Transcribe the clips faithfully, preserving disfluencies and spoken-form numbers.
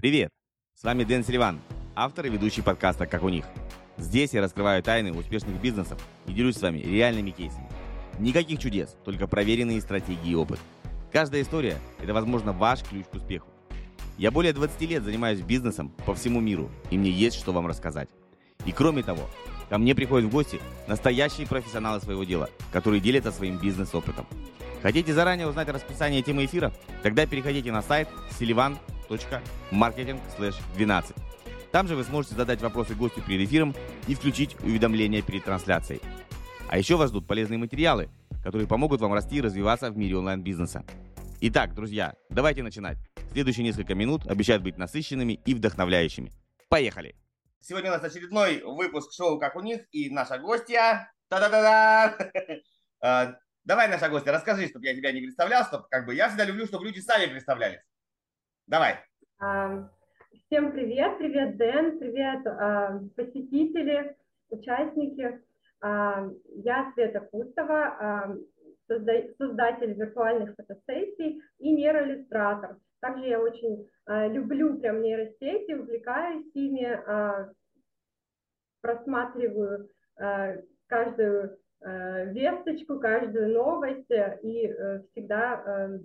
Привет! С вами Дэн Селиван, автор и ведущий подкаста «Как у них». Здесь я раскрываю тайны успешных бизнесов и делюсь с вами реальными кейсами. Никаких чудес, только проверенные стратегии и опыт. Каждая история – это, возможно, ваш ключ к успеху. Я более двадцати лет занимаюсь бизнесом по всему миру, и мне есть что вам рассказать. И кроме того, ко мне приходят в гости настоящие профессионалы своего дела, которые делятся своим бизнес-опытом. Хотите заранее узнать расписание темы эфира? Тогда переходите на сайт селиван точка маркетинг слэш двенадцать. Там же вы сможете задать вопросы гостю перед эфиром и включить уведомления перед трансляцией. А еще вас ждут полезные материалы, которые помогут вам расти и развиваться в мире онлайн-бизнеса. Итак, друзья, давайте начинать. Следующие несколько минут обещают быть насыщенными и вдохновляющими. Поехали! Сегодня у нас очередной выпуск шоу «Как у них» и наша гостья. Та-да-да-да! Давай, наша гостья, расскажи, чтобы я тебя не представлял, чтобы как бы я всегда люблю, чтобы люди сами представлялись. Давай. Всем привет, привет, Дэн, привет, посетители, участники. Я Света Кустова, создатель виртуальных фотосессий и нейроиллюстратор. Также я очень люблю прям нейросети, увлекаюсь ими, просматриваю каждую весточку, каждую новость и всегда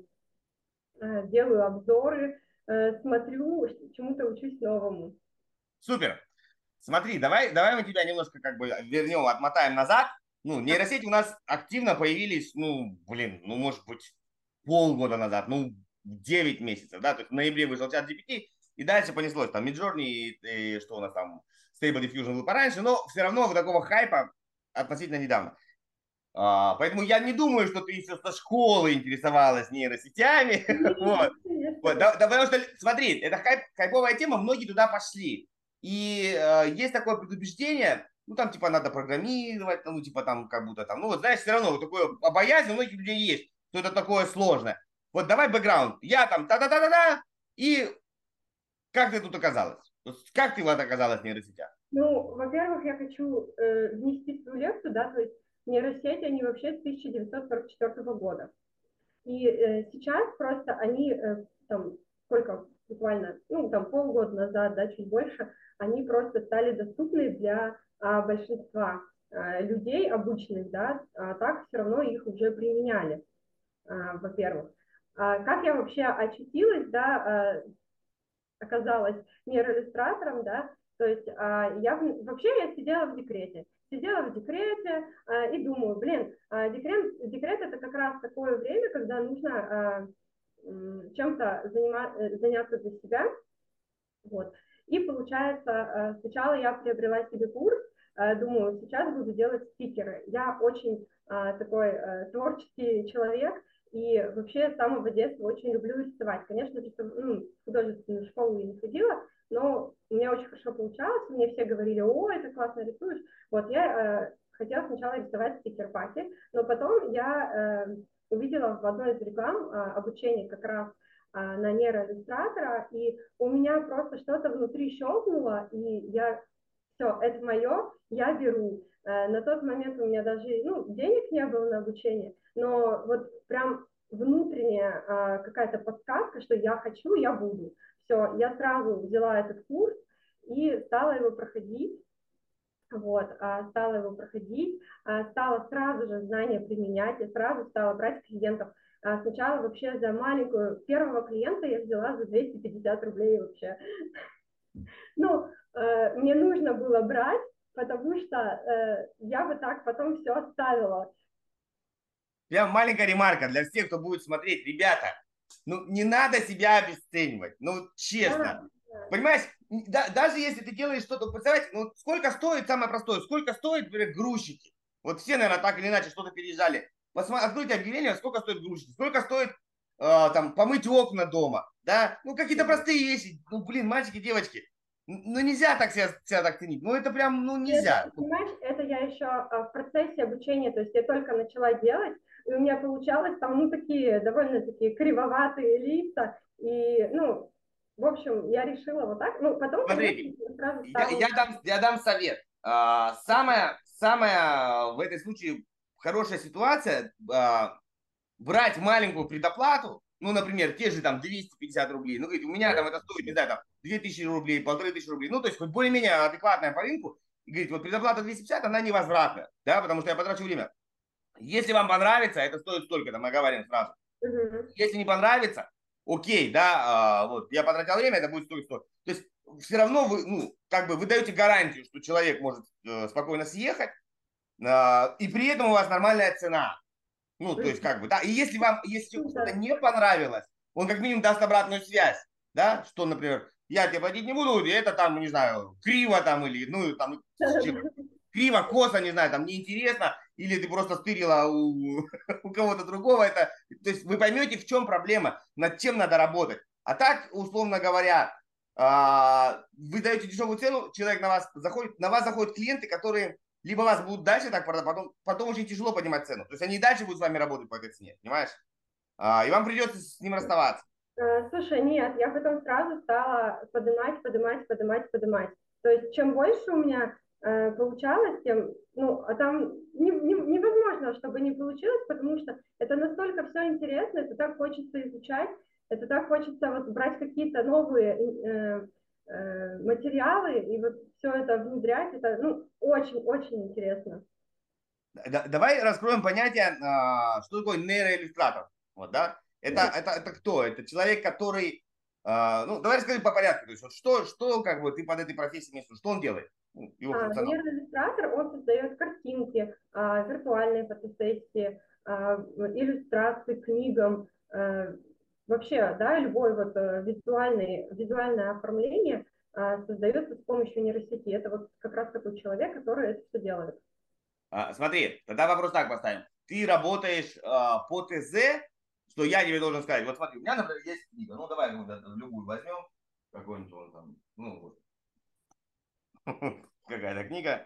делаю обзоры, смотрю, чему-то учусь новому. Супер. Смотри, давай, давай мы тебя немножко как бы вернем, отмотаем назад. Ну, нейросети у нас активно появились, ну, блин, ну, может быть, полгода назад, ну, девять месяцев, да, то есть в ноябре вышел чат джи пи ти, и дальше понеслось, там, Midjourney, и, и что у нас там, Stable Diffusion был пораньше, но все равно вот такого хайпа относительно недавно. А, поэтому я не думаю, что ты еще со школы интересовалась нейросетями. Вот. Вот. Да, да, потому что, смотри, это хайп, хайповая тема, многие туда пошли. И э, есть такое предубеждение, ну там типа надо программировать, ну типа там как будто там, ну вот знаешь, все равно вот такое боязнь у многих людей есть, что это такое сложное. Вот давай бэкграунд. Я там та-та-та-та-та, и как ты тут оказалась? Как ты вот оказалась в нейросетях? Ну, во-первых, я хочу э, внести свою лекцию, да, то есть нейросети, они вообще с тысяча девятьсот сорок четвёртого года. И э, сейчас просто они, э, там, сколько, буквально, ну, там, полгода назад, да, чуть больше, они просто стали доступны для а, большинства а, людей обычных, да, а так все равно их уже применяли, а, во-первых. А, как я вообще очутилась, да, а, оказалась нейроиллюстратором, да, то есть а, я вообще я сидела в декрете, сидела в декрете а, и думаю, блин, а, декрет, декрет это как раз такое время, когда нужно а, чем-то занима, заняться для себя, вот. И получается, а, сначала я приобрела себе курс, а, думаю, сейчас буду делать стикеры. Я очень а, такой а, творческий человек, и вообще с самого детства очень люблю рисовать. Конечно же, ну, в художественную школу я не ходила, но у меня очень хорошо получалось. Мне все говорили, о, это классно рисуешь. Вот я э, хотела сначала рисовать стикер-паки, но потом я э, увидела в одной из реклам э, обучение как раз э, на нейроиллюстратора, и у меня просто что-то внутри щелкнуло, и я, все, это мое, я беру. Э, на тот момент у меня даже, ну, денег не было на обучение, но вот прям внутренняя а, какая-то подсказка, что я хочу, я буду. Все, я сразу взяла этот курс и стала его проходить. Вот, а, стала его проходить, а, стала сразу же знания применять, и сразу стала брать клиентов. А, сначала вообще за маленькую, первого клиента я взяла за двести пятьдесят рублей вообще. Ну, э, мне нужно было брать, потому что э, я бы так потом все оставила. Прям маленькая ремарка для всех, кто будет смотреть. Ребята, ну не надо себя обесценивать. Ну, честно. Да. Понимаешь, да, даже если ты делаешь что-то, представляете, ну сколько стоит, самое простое, сколько стоит, например, грузчики. Вот все, наверное, так или иначе что-то переезжали. Посмотрите, откройте объявление, сколько стоит грузчики, сколько стоит э, там помыть окна дома, да, ну какие-то простые вещи, ну блин, мальчики, девочки, ну нельзя так себя, себя так ценить, ну это прям, ну нельзя. Это, понимаешь, это я еще в процессе обучения, то есть я только начала делать, и у меня получалось там, ну, такие довольно такие кривоватые лица, и, ну, в общем, я решила вот так, ну, потом, Смотрите, конечно, сразу я, стала... я, дам, я дам совет. А, самая, самая в этой случае хорошая ситуация а, брать маленькую предоплату ну, например, те же там двести пятьдесят рублей, ну, говорит, у меня там это стоит, не знаю, там две тысячи рублей, полторы тысячи рублей, ну, то есть хоть более-менее адекватная по рынку, и говорит, вот предоплата двести пятьдесят, она невозвратна, да, потому что я потрачу время. Если вам понравится, это стоит столько, там мы говорим сразу. Мгм. Если не понравится, окей, да, а, вот, я потратил время, это будет столько, столько. То есть все равно вы, ну, как бы вы даете гарантию, что человек может э, спокойно съехать, а, и при этом у вас нормальная цена. Ну, то есть, Мгм. как бы, да. И если вам, если человеку что-то Да. не понравилось, он как минимум даст обратную связь, да, что, например, я тебе платить не буду, и это там, не знаю, криво там, или, ну, там, криво, косо, не знаю, там, неинтересно, или ты просто стырила у, у кого-то другого, это, то есть вы поймете, в чем проблема, над чем надо работать. А так, условно говоря, а, вы даете дешевую цену, человек на вас заходит, на вас заходят клиенты, которые либо вас будут дальше так продавать, потом, потом очень тяжело поднимать цену. То есть они и дальше будут с вами работать по этой цене, понимаешь? А, и вам придется с ним расставаться. Э, Слушай, нет, я потом сразу стала поднимать, поднимать, поднимать, поднимать. То есть чем больше у меня э, получалось, тем, ну, а там не, не- невозможно, чтобы не получилось, потому что это настолько все интересно, это так хочется изучать, это так хочется вот брать какие-то новые э, э, материалы и вот все это внедрять, это, ну, очень-очень интересно. Да- давай раскроем понятие, а, что такое нейроиллюстратор. Вот, да? Это, это, это кто? Это человек, который... а, ну, давай расскажи по порядку. То есть, вот что, что как бы ты под этой профессией имеешь в виду? Что он делает? Ну, его А, функционал. Нейроиллюстратор, он создает картинки, а, виртуальные фотосессии, а, иллюстрации к книгам, а, вообще, да, любое вот э, визуальное, визуальное оформление а, создается с помощью нейросети. Это вот как раз такой человек, который это все делает. А, смотри, тогда вопрос так поставим. Ты работаешь а, по ТЗ, что я тебе должен сказать. Вот смотри, у меня, например, есть книга. Ну, давай ну, да, любую возьмем. Какой-нибудь он там. Ну, вот. Какая-то книга.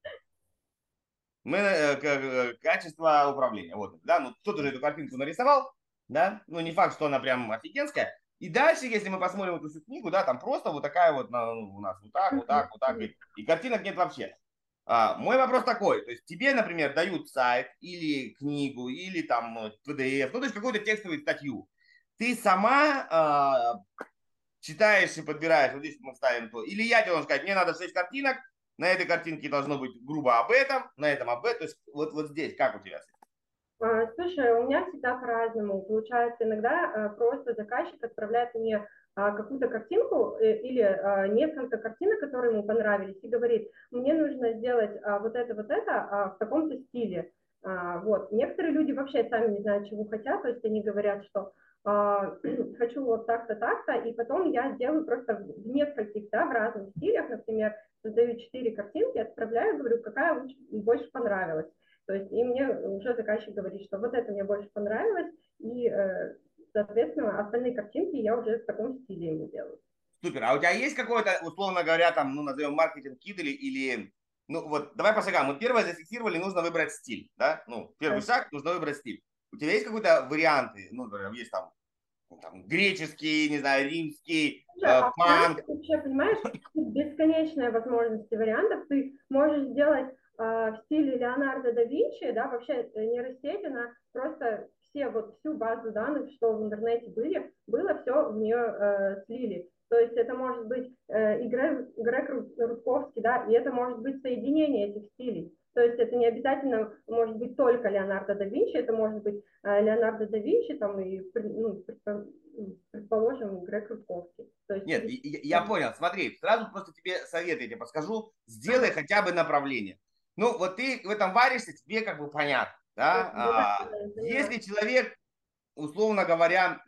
Мы, э, к- э, качество управления. Вот, да, ну кто-то же эту картинку нарисовал, да, ну не факт, что она прям офигенская. И дальше, если мы посмотрим эту всю книгу, да, там просто вот такая вот на- ну, у нас вот так, вот Мгм, так, вот так, мгм. и, и картинок нет вообще. А, мой вопрос такой, то есть тебе, например, дают сайт или книгу, или там э, пи ди эф, ну то есть какую-то текстовую статью. Ты сама а, читаешь и подбираешь, вот здесь мы ставим то. Или я тебе должен сказать, мне надо шесть картинок, на этой картинке должно быть грубо об этом, на этом об этом. То есть вот, вот здесь, как у тебя с этим? А, Слушай, у меня всегда по-разному. Получается, иногда а, просто заказчик отправляет мне а, какую-то картинку э, или а, несколько картинок, которые ему понравились, и говорит, мне нужно сделать а, вот это, вот это а, в таком-то стиле. А, Вот. Некоторые люди вообще сами не знают, чего хотят, то есть они говорят, что а, хочу вот так-то, так-то, и потом я делаю просто в нескольких, да, в разных стилях, например, создаю четыре картинки, отправляю, говорю, какая лучше, больше понравилась. То есть и мне уже заказчик говорит, что вот это мне больше понравилось, и, э, соответственно, остальные картинки я уже в таком стиле ему делаю. Супер. А у тебя есть какой-то, условно говоря, там, ну, назовем маркетинг кит или, или, ну, вот, давай по шагам. Мы первое зафиксировали, нужно выбрать стиль, да? Ну, первый Да. шаг, нужно выбрать стиль. У тебя есть какой-то варианты, ну, например, есть там, ну, там греческий, не знаю, римский, Слушай, э, а панк. вариантов вообще, понимаешь, тут бесконечная возможности вариантов. Ты можешь сделать а, в стиле Леонардо да Винчи, да, вообще э, нейросеть, она просто все, вот всю базу данных, что в интернете были, было все в нее э, слили. То есть это может быть э, и Грег, Грег Рудковский, да, и это может быть соединение этих стилей. То есть это не обязательно может быть только Леонардо да Винчи, это может быть э, Леонардо да Винчи там и ну, предположим, Грег Рудковский. То есть Нет, через... я, я понял. Смотри, сразу просто тебе совет я тебе подскажу. Сделай Ага. хотя бы направление. Ну, вот ты в этом варишься, тебе как бы понятно, да? Да, А, да, я поняла. если человек, условно говоря,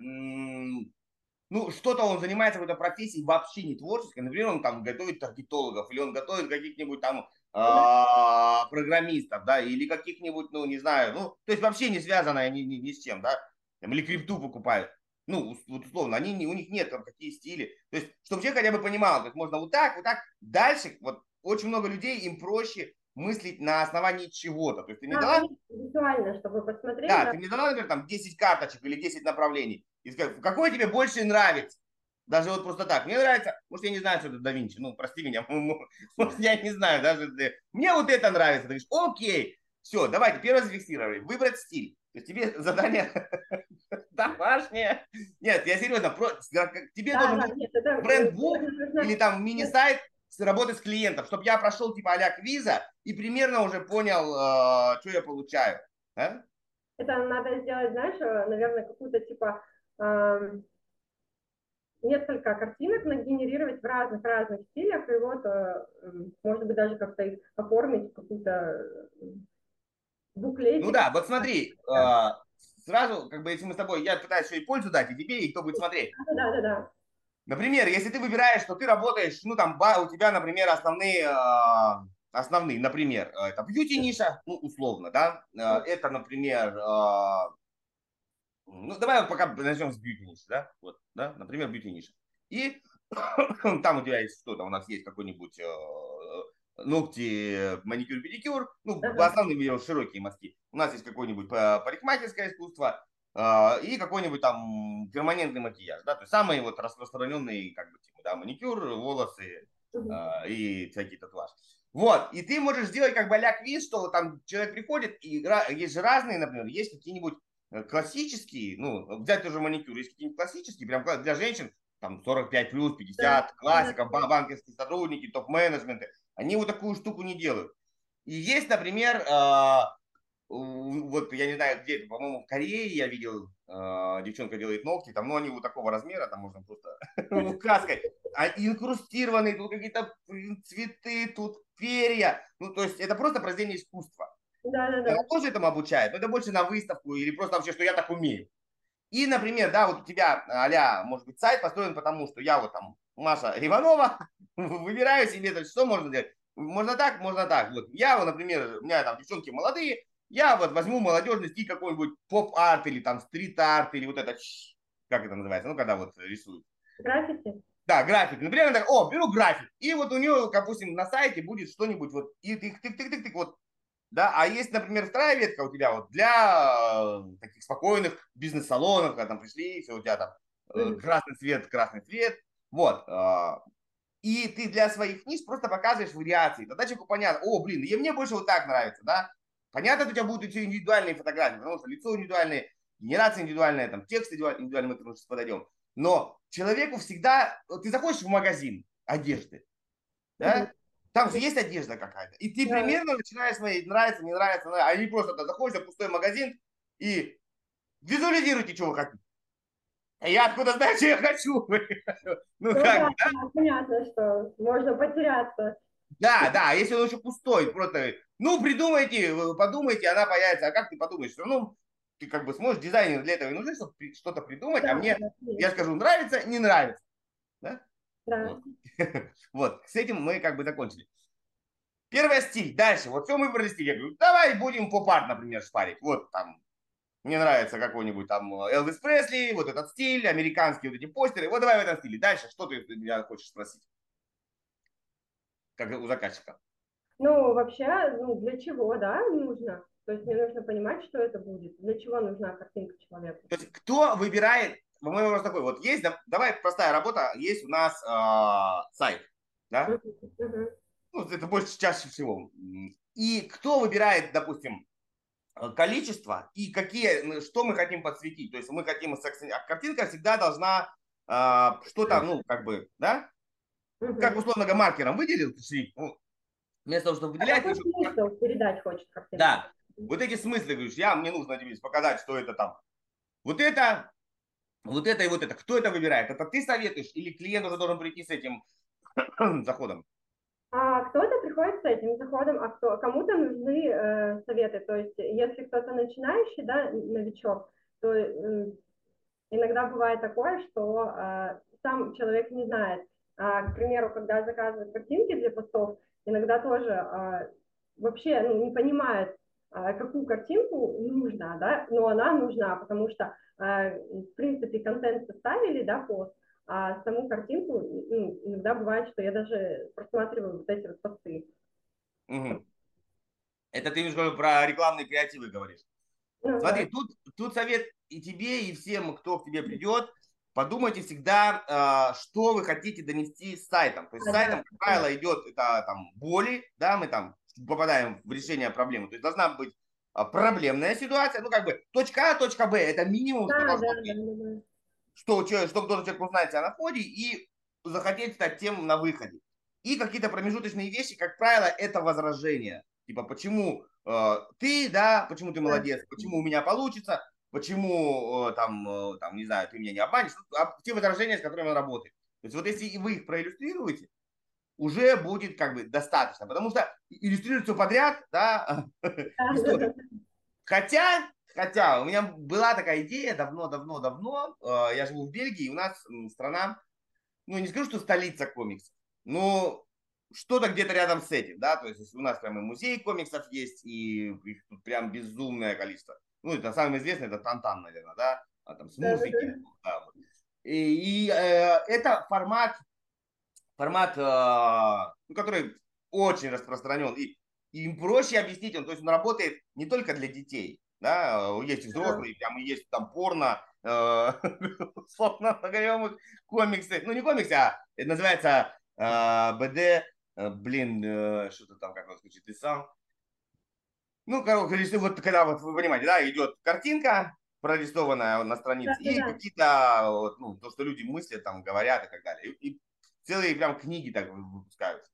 ну, что-то он занимается какой-то профессией вообще не творческой, например, он там готовит таргетологов, или он готовит каких-нибудь там Да. а, программистов, да, или каких-нибудь, ну, не знаю, ну, то есть вообще не связанное ни, ни, ни с чем, да, там, или крипту покупают. Ну, вот условно, они, не- у них нет там какие стили. То есть, чтобы человек хотя бы понимал, то есть можно вот так, вот так. Дальше, вот очень много людей, им проще мыслить на основании чего-то. То есть ты мне А, дала конечно, визуально, чтобы посмотреть, да, да. ты мне дала, например, там десять карточек или десять направлений. И сказать, какое тебе больше нравится? Даже вот просто так. Мне нравится, может, я не знаю, что это да Винчи. Ну, прости меня, может, я не знаю, даже мне вот это нравится. Ты говоришь, окей, все, давайте, первое зафиксировали. Выбрать стиль. То есть тебе задание домашнее. Нет, я серьезно, тебе Да, должен да, быть нет, это, брендбук наверное, или нужно... там мини-сайт с работы с клиентом, чтобы я прошел типа а-ля квиза и примерно уже понял, что я получаю. А? Это надо сделать, знаешь, наверное, какую-то типа эм, несколько картинок нагенерировать в разных-разных стилях, и вот, э, может быть, даже как-то их оформить в какую-то Ну буклетик. да, вот смотри, Да, сразу, как бы, если мы с тобой, я пытаюсь еще и пользу дать, и тебе, и кто будет смотреть. да, да, да. Например, если ты выбираешь, что ты работаешь, ну там у тебя, например, основные, основные, например, это бьюти-ниша, ну условно, да, это, например, ну давай вот пока начнем с бьюти-ниши, да, вот, да, например, бьюти-ниша. И там у тебя есть что-то, у нас есть какой-нибудь ногти, маникюр, педикюр, ну, в Ага. основном берем широкие мазки. У нас есть какое-нибудь парикмахерское искусство э, и какой-нибудь там перманентный макияж, да, то есть самые вот распространенные, как бы, типа, да, маникюр, волосы э, и всякие татуажи. Вот, и ты можешь сделать как бы а-ля квиз, что там человек приходит, и есть же разные, например, есть какие-нибудь классические, ну, взять тоже маникюр, есть какие-нибудь классические, прям для женщин, там сорок пять плюс, Да, пятьдесят, да, классика, банковские сотрудники, топ-менеджменты, они вот такую штуку не делают. И есть, например, э, вот я не знаю, где, по-моему, в Корее я видел, э, девчонка делает ногти, там, ну, они вот такого размера, там можно просто краской, а инкрустированные, тут какие-то цветы, тут перья, ну, то есть это просто произведение искусства. да, да, Она да. тоже этому обучает, но это больше на выставку или просто вообще, что я так умею. И, например, да, вот у тебя а-ля, может быть, сайт построен потому, что я вот там Маша Иванова, выбираю себе, то есть, что можно делать. Можно так, можно так. Вот я, вот, например, у меня там девчонки молодые, я вот возьму молодежный стиль какой-нибудь поп-арт или там стрит-арт или вот это, как это называется, ну, когда вот рисуют. Граффити. Да, график. Например, она так, о, беру график. И вот у нее, допустим, на сайте будет что-нибудь вот, и тык-тык-тык-тык, вот, да, а есть, например, вторая ветка у тебя вот для э, таких спокойных бизнес-салонов, когда там пришли, все, у тебя там э, красный цвет, красный цвет, вот. Э, и ты для своих низ просто показываешь вариации. Тогда человеку понятно, о, блин, и мне больше вот так нравится, да. Понятно, у тебя будут эти индивидуальные фотографии, потому что лицо индивидуальное, генерация индивидуальная, там, текст индивидуальный, мы к этому сейчас подойдем. Но человеку всегда, ты заходишь в магазин одежды, да, там же есть одежда какая-то. И ты Да. примерно начинаешь смотреть, нравится, не нравится, нравится. А не просто ты заходишь в пустой магазин и визуализируйте, что вы хотите. А я откуда знаю, что я хочу? Ну Ну как да, бы, да? да, понятно, что можно потеряться. Да, да, а если он еще пустой, просто, ну, придумайте, подумайте, она появится. А как ты подумаешь? Все равно ты как бы сможешь, дизайнер для этого и нужно, чтобы что-то придумать, а Да, мне, да, я конечно. скажу, нравится, не нравится. Да? Да. Вот. Вот, с этим мы как бы закончили. Первый стиль. Дальше. Вот все, мы выбрали стиль. Я говорю, давай будем поп-арт, например, шпарить. Вот там, мне нравится какой-нибудь там Элвис Пресли, вот этот стиль, американские вот эти постеры. Вот давай в этом стиле. Дальше, что ты меня хочешь спросить? Как у заказчика. Ну, вообще, ну, для чего, да, нужно? То есть мне нужно понимать, что это будет. Для чего нужна картинка человеку? То есть кто выбирает, мой вопрос такой, вот есть, давай простая работа, есть у нас э, сайт, да? Мгм, мгм. Ну, это больше чаще всего. И кто выбирает, допустим, количество и какие, что мы хотим подсветить. То есть мы хотим, а картинка всегда должна э, что-то, ну, как бы, да? Как Мгм. условно говоря, маркером выделил шрифт, ну, вместо того, чтобы А выделять, какой еще, смысл передать хочет картинка? да, вот эти смыслы, говоришь, я, мне нужно тебе показать, что это там. Вот это, вот это и вот это. Кто это выбирает? Это ты советуешь или клиент уже должен прийти с этим заходом? А кто-то приходит с этим заходом, а кто, кому-то нужны э, советы. То есть, если кто-то начинающий, да, новичок, то э, иногда бывает такое, что э, сам человек не знает. А, к примеру, когда заказывают картинки для постов, иногда тоже э, вообще ну, не понимает, э, какую картинку нужна, да, но она нужна, потому что, э, в принципе, контент составили, да, пост, а саму картинку, ну, иногда бывает, что я даже просматриваю вот эти вот посты. Угу. Это ты немножко про рекламные креативы говоришь. Ну, Смотри, да. тут, тут совет и тебе, и всем, кто к тебе придет. Подумайте всегда, что вы хотите донести с сайтом. То есть с А, да, сайтом, как правило, идет это там боли, да, мы там попадаем в решение проблемы. То есть должна быть проблемная ситуация, ну как бы точка А, точка Б, это минимум, Да, что да, должно да, быть, да, да. что, человек, что должен человек узнать тебя на входе и захотеть стать тем на выходе. И какие-то промежуточные вещи, как правило, это возражения. Типа, почему э, ты, да, почему ты Да. молодец, почему у меня получится, почему э, там, э, там, не знаю, ты меня не обманешь. А те возражения, с которыми он работает. То есть вот если вы их проиллюстрируете, уже будет как бы достаточно. Потому что иллюстрировать все подряд, да, Да, да, историю. да. Хотя, хотя у меня была такая идея давно-давно-давно. Э, я живу в Бельгии, и у нас м, страна, ну не скажу, что столица комиксов, но что-то где-то рядом с этим, да, то есть у нас прям и музей комиксов есть, и их тут прям безумное количество. Ну, это самый известный, это Тантан, наверное, да, а там Да, да, Смурфики. да. Да, вот. И, и э, это формат, формат, э, ну, который очень распространен, и, и им проще объяснить, он, то есть он работает не только для детей, да, есть и Да. взрослые, там и есть там порно, э, условно говоря, комиксы, ну не комиксы, а это называется э, бэ дэ, э, блин, э, что-то там, как он звучит, ты сам. Ну, короче, если вот когда вот вы понимаете, да, идет картинка прорисованная на Да, странице да, и да. какие-то, вот, ну, то, что люди мыслят, там, говорят и так далее. И, и целые прям книги так выпускаются.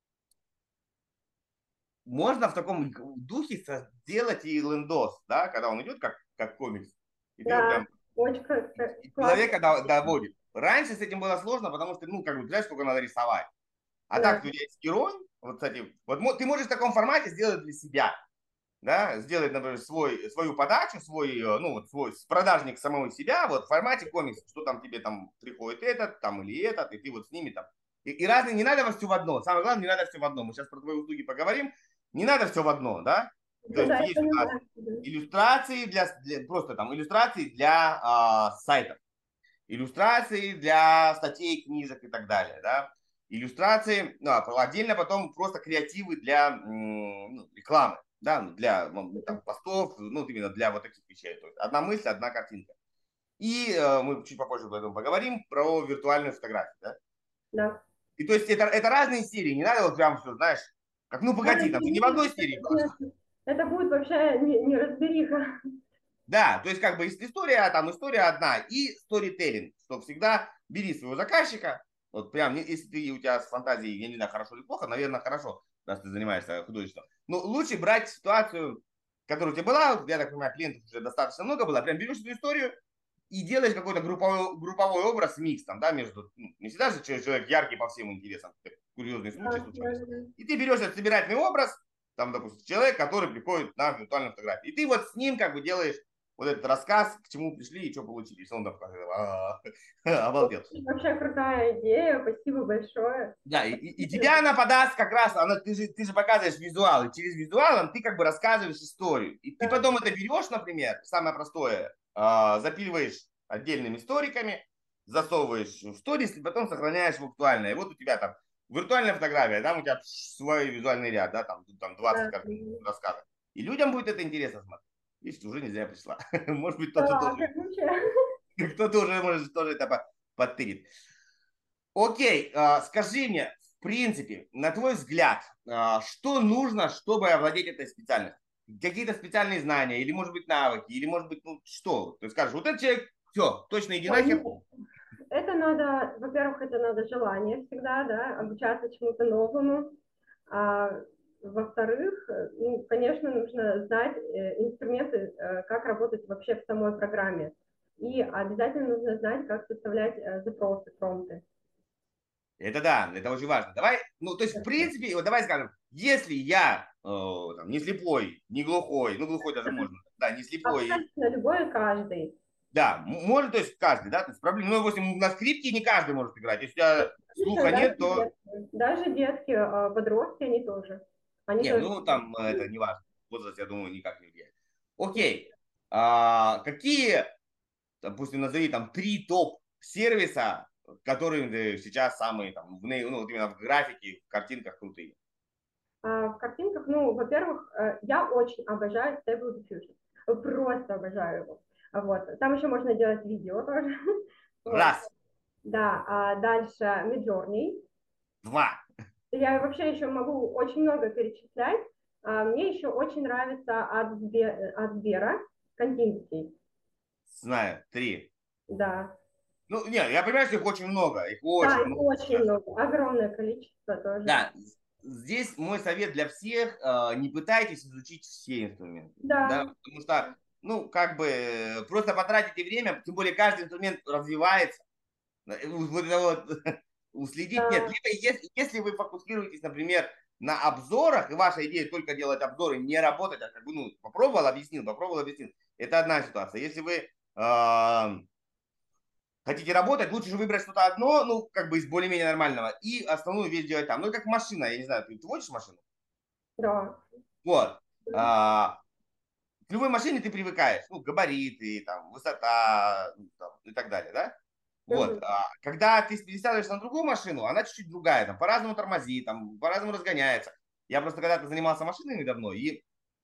Можно в таком духе сделать и лендос, да, когда он идет как, как комикс, и ты его Да, прям очень к- к- и классно. человека до- доводит. Раньше с этим было сложно, потому что, ну, как бы, знаешь, сколько надо рисовать. А Да, так, у тебя есть герой, вот, кстати, вот мо- ты можешь в таком формате сделать для себя, да, сделать, например, свой, свою подачу, свой, э, ну, вот свой продажник самого себя, вот в формате комикса, что там тебе там приходит этот, там, или этот, и ты вот с ними там. И, и разные, не надо во все в одно. Самое главное, не надо все в одно. Мы сейчас про твои услуги поговорим. Не надо все в одно, да? То да, есть да, я есть у нас понимаю. Да. иллюстрации для, для просто там иллюстрации для а, сайтов, иллюстрации для статей, книжек и так далее, да? Иллюстрации, ну, а отдельно потом просто креативы для м, ну, рекламы, да, ну, для ну, там, постов, ну, вот именно для вот таких вещей. То есть одна мысль, одна картинка. И э, мы чуть попозже об этом поговорим, про виртуальную фотографию, да. Да. И то есть это, это разные серии, не надо вот прям все, знаешь, как, ну, Да, погоди, это там, ты не в не- одной серии была. конечно. Это будет вообще не, не разбериха. Да, то есть как бы история, там история одна и сторителлинг, что всегда бери своего заказчика, вот прям, если ты, у тебя с фантазией, я не знаю, хорошо или плохо, наверное, хорошо, раз ты занимаешься художеством. Но лучше брать ситуацию, которая у тебя была, вот, я так понимаю, клиентов уже достаточно много было, прям берешь эту историю и делаешь какой-то групповой, групповой образ, микс там, да, между, ну, не всегда же человек яркий по всем интересам, курьезные Да, случаи да, случались. да, да. И ты берешь этот собирательный образ, там, допустим, человек, который приходит на виртуальную фотографию. И ты вот с ним как бы делаешь вот этот рассказ, к чему пришли и что получили. И он там обалдел. Вообще крутая идея, спасибо большое. Да, и, и тебя она подаст как раз, она, ты, же, ты же показываешь визуал, и через визуал ты как бы рассказываешь историю. И ты Да, потом это берешь, например, самое простое, э, запиливаешь отдельными историками, засовываешь в сторис, и потом сохраняешь в актуальное. И вот у тебя там виртуальная фотография, там у тебя свой визуальный ряд, да, там, там двадцать да, картин рассказов. И людям будет это интересно смотреть. Видишь, уже не зря пришла. Может быть, кто-то да, тоже, вообще. кто-то уже может тоже это подтырит. Окей, а, скажи мне, в принципе, на твой взгляд, а, что нужно, чтобы овладеть этой специальностью? Какие-то специальные знания, или, может быть, навыки, или, может быть, ну, что? Ты скажешь, вот этот человек, все, точно иди Ой, нахер. ну, это надо, во-первых, это надо желание всегда, да, обучаться чему-то новому. А во-вторых, э, ну, конечно, нужно знать э, инструменты, э, как работать вообще в самой программе. И обязательно нужно знать, как составлять э, запросы, промпты. Это да, это очень важно. Давай, ну, то есть, в принципе, вот давай скажем, если я э, там, не слепой, не глухой, ну, глухой даже можно, да, не слепой, Абсолютно любой и каждый. да, м- может, то есть, каждый, да, то есть, проблема, ну, допустим, на скрипке не каждый может играть, если у тебя Конечно, слуха даже нет, то детки, даже детки, а, подростки, они тоже. Они не, тоже. ну там э, это не важно. Возраст, я думаю, никак не влияет. Окей. А, какие, допустим, назови там три топ-сервиса, которые ты сейчас самые там, в, не- ну, вот именно в графике, в картинках крутые? А в картинках, ну, во-первых, э, я очень обожаю Stable Diffusion. Просто обожаю его. А вот. Там еще можно делать видео тоже. Вот. Раз, Да, а дальше Midjourney. два. Я вообще еще могу очень много перечислять. А, мне еще очень нравится от, Сбе- от Сбера Кандинский. Знаю, три. Да. Ну, нет, я понимаю, что их очень много, их Да, очень их много очень сейчас. много, огромное количество тоже. Да, здесь мой совет для всех, э, не пытайтесь изучить все инструменты, да, Да. потому что, ну, как бы, э, просто потратите время, тем более каждый инструмент развивается, Э, вот это вот уследить, нет, Да. либо если, если вы фокусируетесь, например, на обзорах, и ваша идея только делать обзоры, не работать, а как бы, ну, попробовал, объяснил, попробовал, объяснил, это одна ситуация. Если вы э, хотите работать, лучше же выбрать что-то одно, ну, как бы из более-менее нормального, и основную вещь делать там. Ну, как машина, я не знаю, ты, ты водишь машину? Да. Вот. А, к любой машине ты привыкаешь, ну, габариты, там, высота, ну, там, и так далее, да? Вот. Мгм. А, когда ты пересаживаешься на другую машину, она чуть-чуть другая, там, по-разному тормозит, там, по-разному разгоняется. Я просто когда-то занимался машинами давно и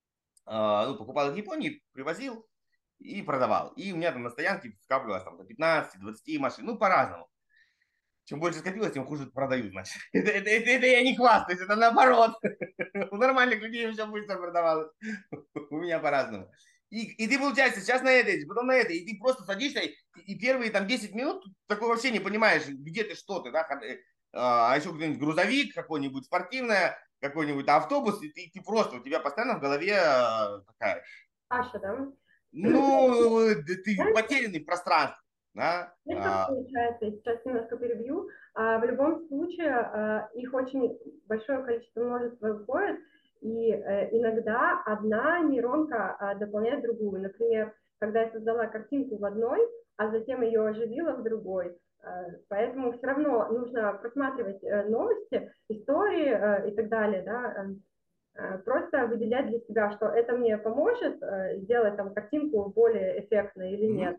а, ну, покупал их в Японии, привозил и продавал. И у меня там на стоянке скапливалось там, до пятнадцати-двадцати машин, ну, по-разному. Чем больше скопилось, тем хуже продают, значит. Это, это, это, это я не хвастаюсь, это наоборот. У нормальных людей все быстро продавалось. У меня по-разному. И, и ты, получается, сейчас на этой, потом на этой, и ты просто садишься, и, и первые там десять минут такой вообще не понимаешь, где ты, что ты, да, а еще какой-нибудь грузовик, какой-нибудь спортивное, какой-нибудь автобус, и ты, ты просто, у тебя постоянно в голове э, такая, Аша, да? ну, ты Знаешь, потерянный в пространстве, да, знаешь, как а, получается, я сейчас немножко перебью. А, в любом случае, а, их очень большое количество, множество выходит, и э, иногда одна нейронка а, дополняет другую. Например, когда я создала картинку в одной, а затем ее оживила в другой. А, поэтому все равно нужно просматривать э, новости, истории э, и так далее, да, э, просто выделять для себя, что это мне поможет э, сделать там картинку более эффектной или нет. мгм.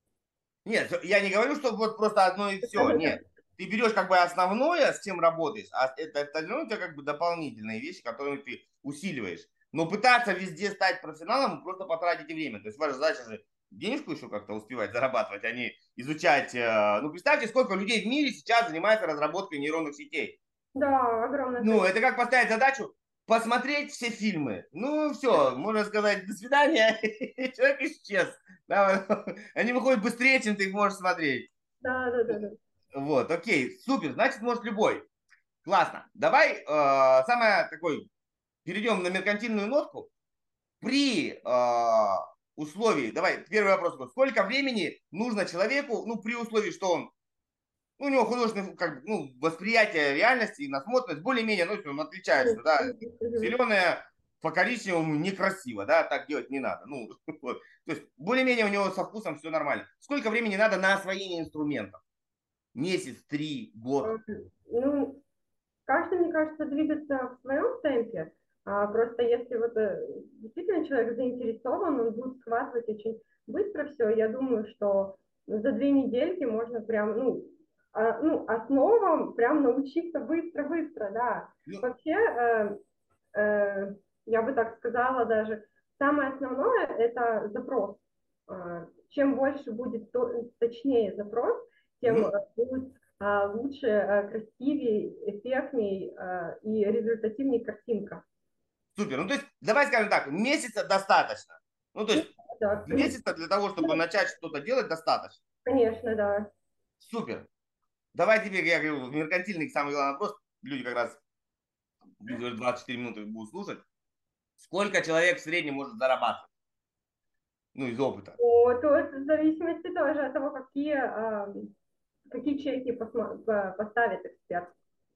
Нет, я не говорю, что вот просто одно и все. Нет. Ты берешь как бы основное, с чем работаешь, а это остальное у тебя как бы дополнительные вещи, которые ты усиливаешь. Но пытаться везде стать профессионалом, вы просто потратите время. То есть ваша задача же денежку еще как-то успевать зарабатывать, а не изучать. э, Ну, представьте, сколько людей в мире сейчас занимается разработкой нейронных сетей. Да, огромное Ну, количество. это как поставить задачу посмотреть все фильмы. Ну, все, можно сказать, до свидания, и человек исчез. Да, они выходят быстрее, чем ты их можешь смотреть. Да, да, да, да. Вот, окей, супер, значит, может любой. Классно. Давай э, самое такой, перейдем на меркантильную нотку. При э, условии, давай, первый вопрос. такой. Сколько времени нужно человеку, ну, при условии, что он, ну, у него художественное как, ну, восприятие реальности и насмотренность более-менее, ну, если он отличается, Мгм, да, мгм, мгм. зеленое по коричневому некрасиво, да, так делать не надо. Ну, вот. То есть более-менее у него со вкусом все нормально. Сколько времени надо на освоение инструментов? Месяц, три, год? Ам, Ну, каждый, мне кажется, двигаться в своем темпе. А просто если вот э, действительно человек заинтересован, он будет схватывать очень быстро все. Я думаю, что за две недельки можно прям, ну, а, ну, основам прям научиться быстро-быстро, да. Ну, Вообще, э, э, я бы так сказала даже, самое основное – это запрос. А, Чем больше будет то- точнее запрос, тем э, мгм. будет а, лучше, а, красивее, эффектней а, и результативнее картинка. Супер. Ну, то есть, давай скажем так, месяца достаточно. Ну, то Ну, есть, да, месяца для того, чтобы ну, начать что-то делать, достаточно. конечно, да. Супер. Давай теперь, я говорю, меркантильный самый главный вопрос. Люди как раз двадцать четыре минуты будут слушать. Сколько человек в среднем может зарабатывать? Ну, из опыта. О, тут в зависимости тоже от того, какие, а, какие чеки посма- по- поставит эксперт.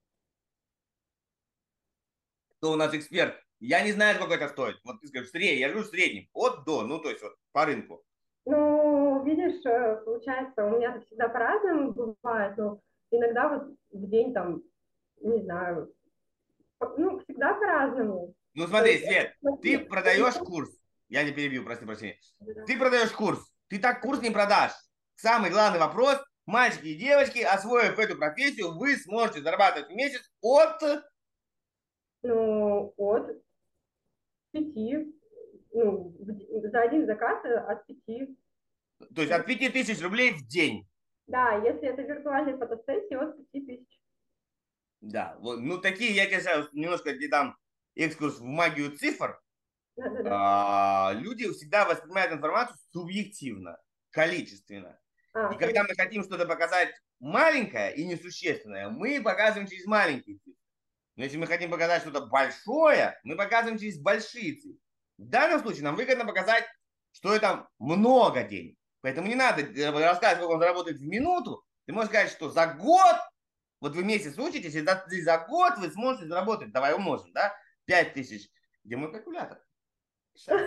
Кто у нас эксперт? Я не знаю, сколько это стоит. Вот ты скажешь, в среднем, я говорю в среднем. От до, ну, то есть вот по рынку. Ну, видишь, э, получается, у меня это всегда по-разному бывает, но иногда вот в день там, не знаю, по- ну, всегда по-разному. Ну, То смотри, есть, Свет, ты смотри, продаешь курс. Я не перебью, прости прощения. да. Ты продаешь курс. Ты так курс не продашь. Самый главный вопрос. Мальчики и девочки, освоив эту профессию, вы сможете зарабатывать в месяц от... Ну, от пяти, ну, в- за один заказ э, от пяти. То есть от пяти тысяч рублей в день. Да, если это виртуальные фотосессии, от пяти тысяч. Да, вот, ну такие, я тебе сейчас немножко тебе дам экскурс в магию цифр, Да-да-да. а, люди всегда воспринимают информацию субъективно, количественно. А, И когда конечно. мы хотим что-то показать маленькое и несущественное, мы показываем через маленькие цифры. Но если мы хотим показать что-то большое, мы показываем через большие цифры. В данном случае нам выгодно показать, что это много денег. Поэтому не надо рассказывать, сколько он заработает в минуту. Ты можешь сказать, что за год, вот вы месяц учитесь, и за, и за год вы сможете заработать, давай умножим, да, пять тысяч. Где мой калькулятор? Сейчас.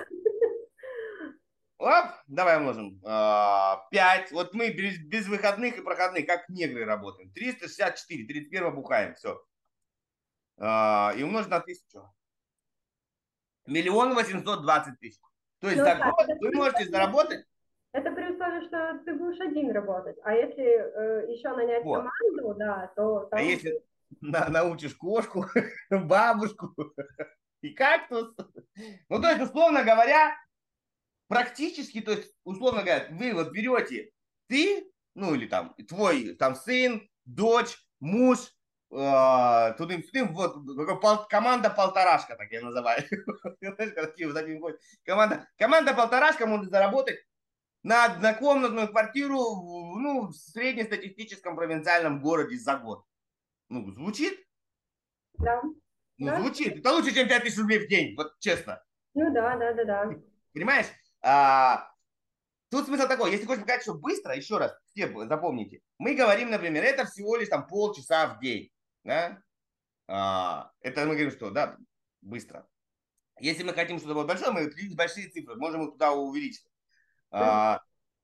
Оп, давай умножим. А, пять. Вот мы без, без выходных и проходных, как негры работаем. триста шестьдесят четыре, тридцать первого бухаем, все. А, и умножить на тысячу. Миллион восемьсот двадцать тысяч. То есть Ну за да, год это вы при можете условии, заработать. это при условии, что ты будешь один работать. А если э, еще нанять Вот. команду, да, то А там... если на, научишь кошку, бабушку и кактус. Ну, то есть, условно говоря, практически, то есть, условно говоря, вы вот берете ты, ну, или там твой там сын, дочь, муж, э, тудым, тудым, вот пол, команда полторашка, так я называю. Знаешь, какие вот такие вот. Команда, команда полторашка может заработать на однокомнатную квартиру в, ну, в среднестатистическом провинциальном городе за год. Ну, звучит? Да, Ну, да, звучит. Это лучше, чем пять тысяч рублей в день, вот честно. ну да, да, да, да. Понимаешь? А, тут смысл такой, если хочешь показать, что быстро, еще раз, все запомните, мы говорим, например, это всего лишь там полчаса в день. Да? А, это мы говорим, что, да, быстро. Если мы хотим что-то было большое, мы большие цифры, можем их туда увеличить. А,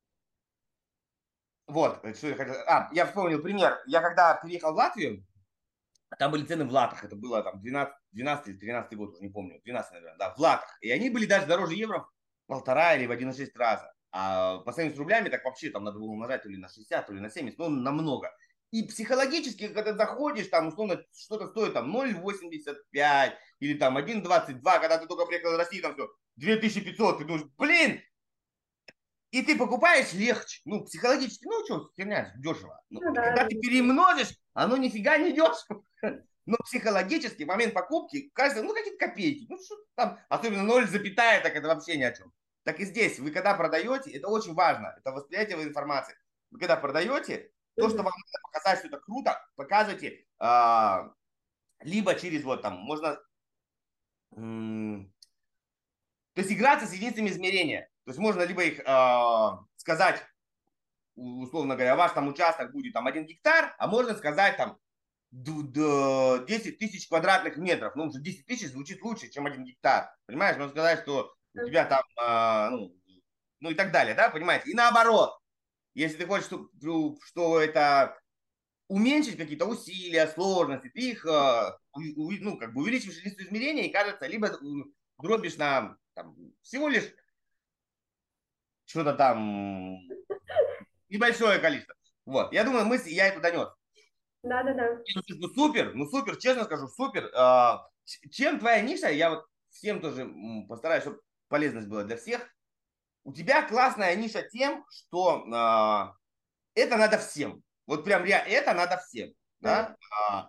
вот, что я хотел. А, я вспомнил пример. Я когда переехал в Латвию, там были цены в латах. Это было там двенадцать, двенадцатый или тринадцатый год, уже не помню. двенадцатый, наверное, да, в латах. И они были даже дороже евро в полтора или в один и шесть раза. А по сравнению с рублями, так вообще там надо было умножать то ли на шестьдесят, то ли на семьдесят, ну, намного. И психологически, когда заходишь, там, условно, что-то стоит там ноль восемьдесят пять или там один двадцать два, когда ты только приехал из России, там все, две тысячи пятьсот, ты думаешь, блин, и ты покупаешь легче. Ну, психологически, ну, что, херня, дешево. Ну, Ну да, когда да, ты перемножишь, оно нифига не дешево. Но психологически в момент покупки кажется, ну, какие-то копейки. Ну, что там, особенно ноль запятая, так это вообще ни о чем. Так и здесь, вы когда продаете, это очень важно, это восприятие информации. Вы когда продаете, то, что мгм. вам надо показать, что это круто, показывайте а, либо через вот там, можно, м, то есть играться с единицами измерения. То есть можно либо их а, сказать, условно говоря, ваш там участок будет там один гектар, а можно сказать там десять тысяч квадратных метров. Ну, уже десять тысяч звучит лучше, чем один гектар. Понимаешь? Можно сказать, что у тебя там, а, ну, ну и так далее, да, понимаете? И наоборот, если ты хочешь, что, что это уменьшить какие-то усилия, сложности, ты их, а, ну, как бы увеличиваешь единицу измерения, и кажется, либо дробишь на там, всего лишь что-то там небольшое количество. Вот. Я думаю, мысль, я это донес. Да, да, да. Ну супер, ну супер, честно скажу, супер. А, чем твоя ниша, я вот всем тоже постараюсь, чтобы полезность была для всех. У тебя классная ниша тем, что а, это надо всем. Вот прям реально, это надо всем. Да. Да? А,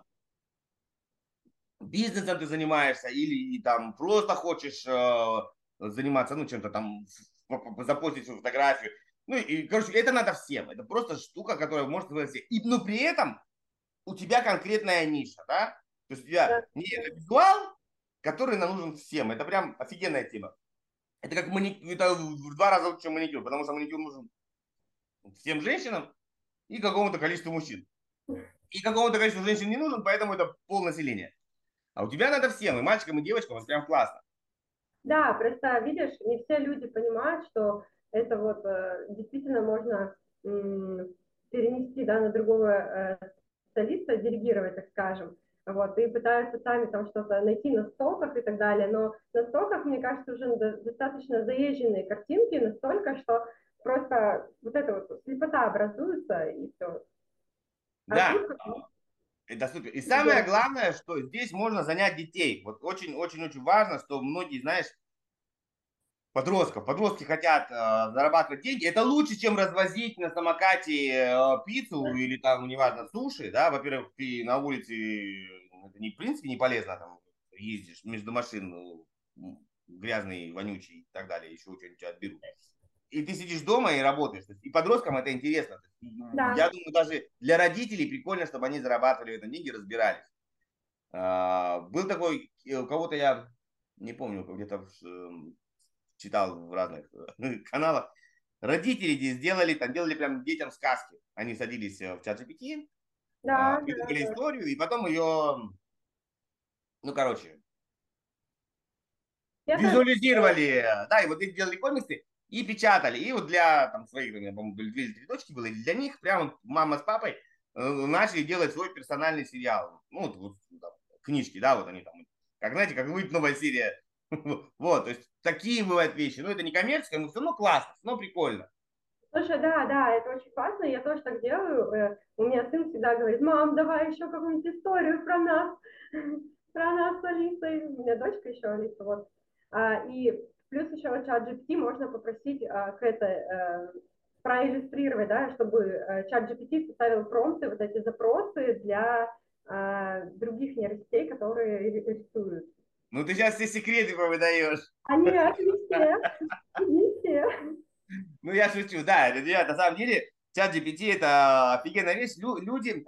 бизнесом ты занимаешься или там просто хочешь а, заниматься, ну, чем-то там, запостить свою фотографию. Ну, и, короче, это надо всем. Это просто штука, которая может быть всем. И, но при этом у тебя конкретная ниша, да? То есть у тебя Да. не визуал, который нам нужен всем. Это прям офигенная тема. Это как маникюр, это в два раза лучше, чем маникюр, потому что маникюр нужен всем женщинам и какому-то количеству мужчин. И какому-то количеству женщин не нужен, поэтому это пол населения. А у тебя надо всем, и мальчикам, и девочкам, это прям классно. Да, просто видишь, не все люди понимают, что это вот э, действительно можно м, перенести, да, на другого э, специалиста, делегировать, так скажем. Вот, и пытаются сами там что-то найти на стоках и так далее. Но на стоках, мне кажется, уже до- достаточно заезженные картинки, настолько, что просто вот эта вот слепота образуется, и все. А Да, тут как бы это супер. И самое идет. главное, что здесь можно занять детей. Вот очень-очень-очень важно, что многие, знаешь, подростков. Подростки хотят э, зарабатывать деньги. Это лучше, чем развозить на самокате э, пиццу или там, неважно, суши. Да? Во-первых, ты на улице, это не, в принципе не полезно. Там, ездишь между машин, ну, грязный, вонючий и так далее, еще что-нибудь отберут. И ты сидишь дома и работаешь. И подросткам это интересно. Да. Я думаю, даже для родителей прикольно, чтобы они зарабатывали в этом деньги, разбирались. А, был такой, у кого-то я не помню, где-то читал в разных каналах, родители сделали, там делали прям детям сказки. Они садились в чат джи пи ти, Да, придумали да, да. историю, и потом ее, ну, короче, Я тоже. визуализировали, да, и вот эти делали комиксы и печатали. И вот для там, своих, у меня, по-моему, были две или три дочки было, и для них прям мама с папой э, начали делать свой персональный сериал. Ну, вот, вот там, книжки, да, вот они там, как знаете, как выйдет новая серия. Вот, то есть такие бывают вещи. Ну, это не коммерческое, но все равно классно, все равно прикольно. Слушай, да, да, это очень классно, я тоже так делаю. Э, У меня сын всегда говорит: мам, давай еще какую-нибудь историю про нас, про нас с Алисой. У меня дочка еще Алиса, вот. А, И плюс еще чат джи пи ти можно попросить а, к это, э, проиллюстрировать, да, чтобы э, чат джи пи ти составил промпты, вот эти запросы для а, других нейросетей, которые ри- рисуют. Ну, ты сейчас все секреты повыдаешь. А нет, не все, не все. Ну, я шучу, да, это, я, на самом деле, чат джи пи ти это офигенная вещь. Лю- люди,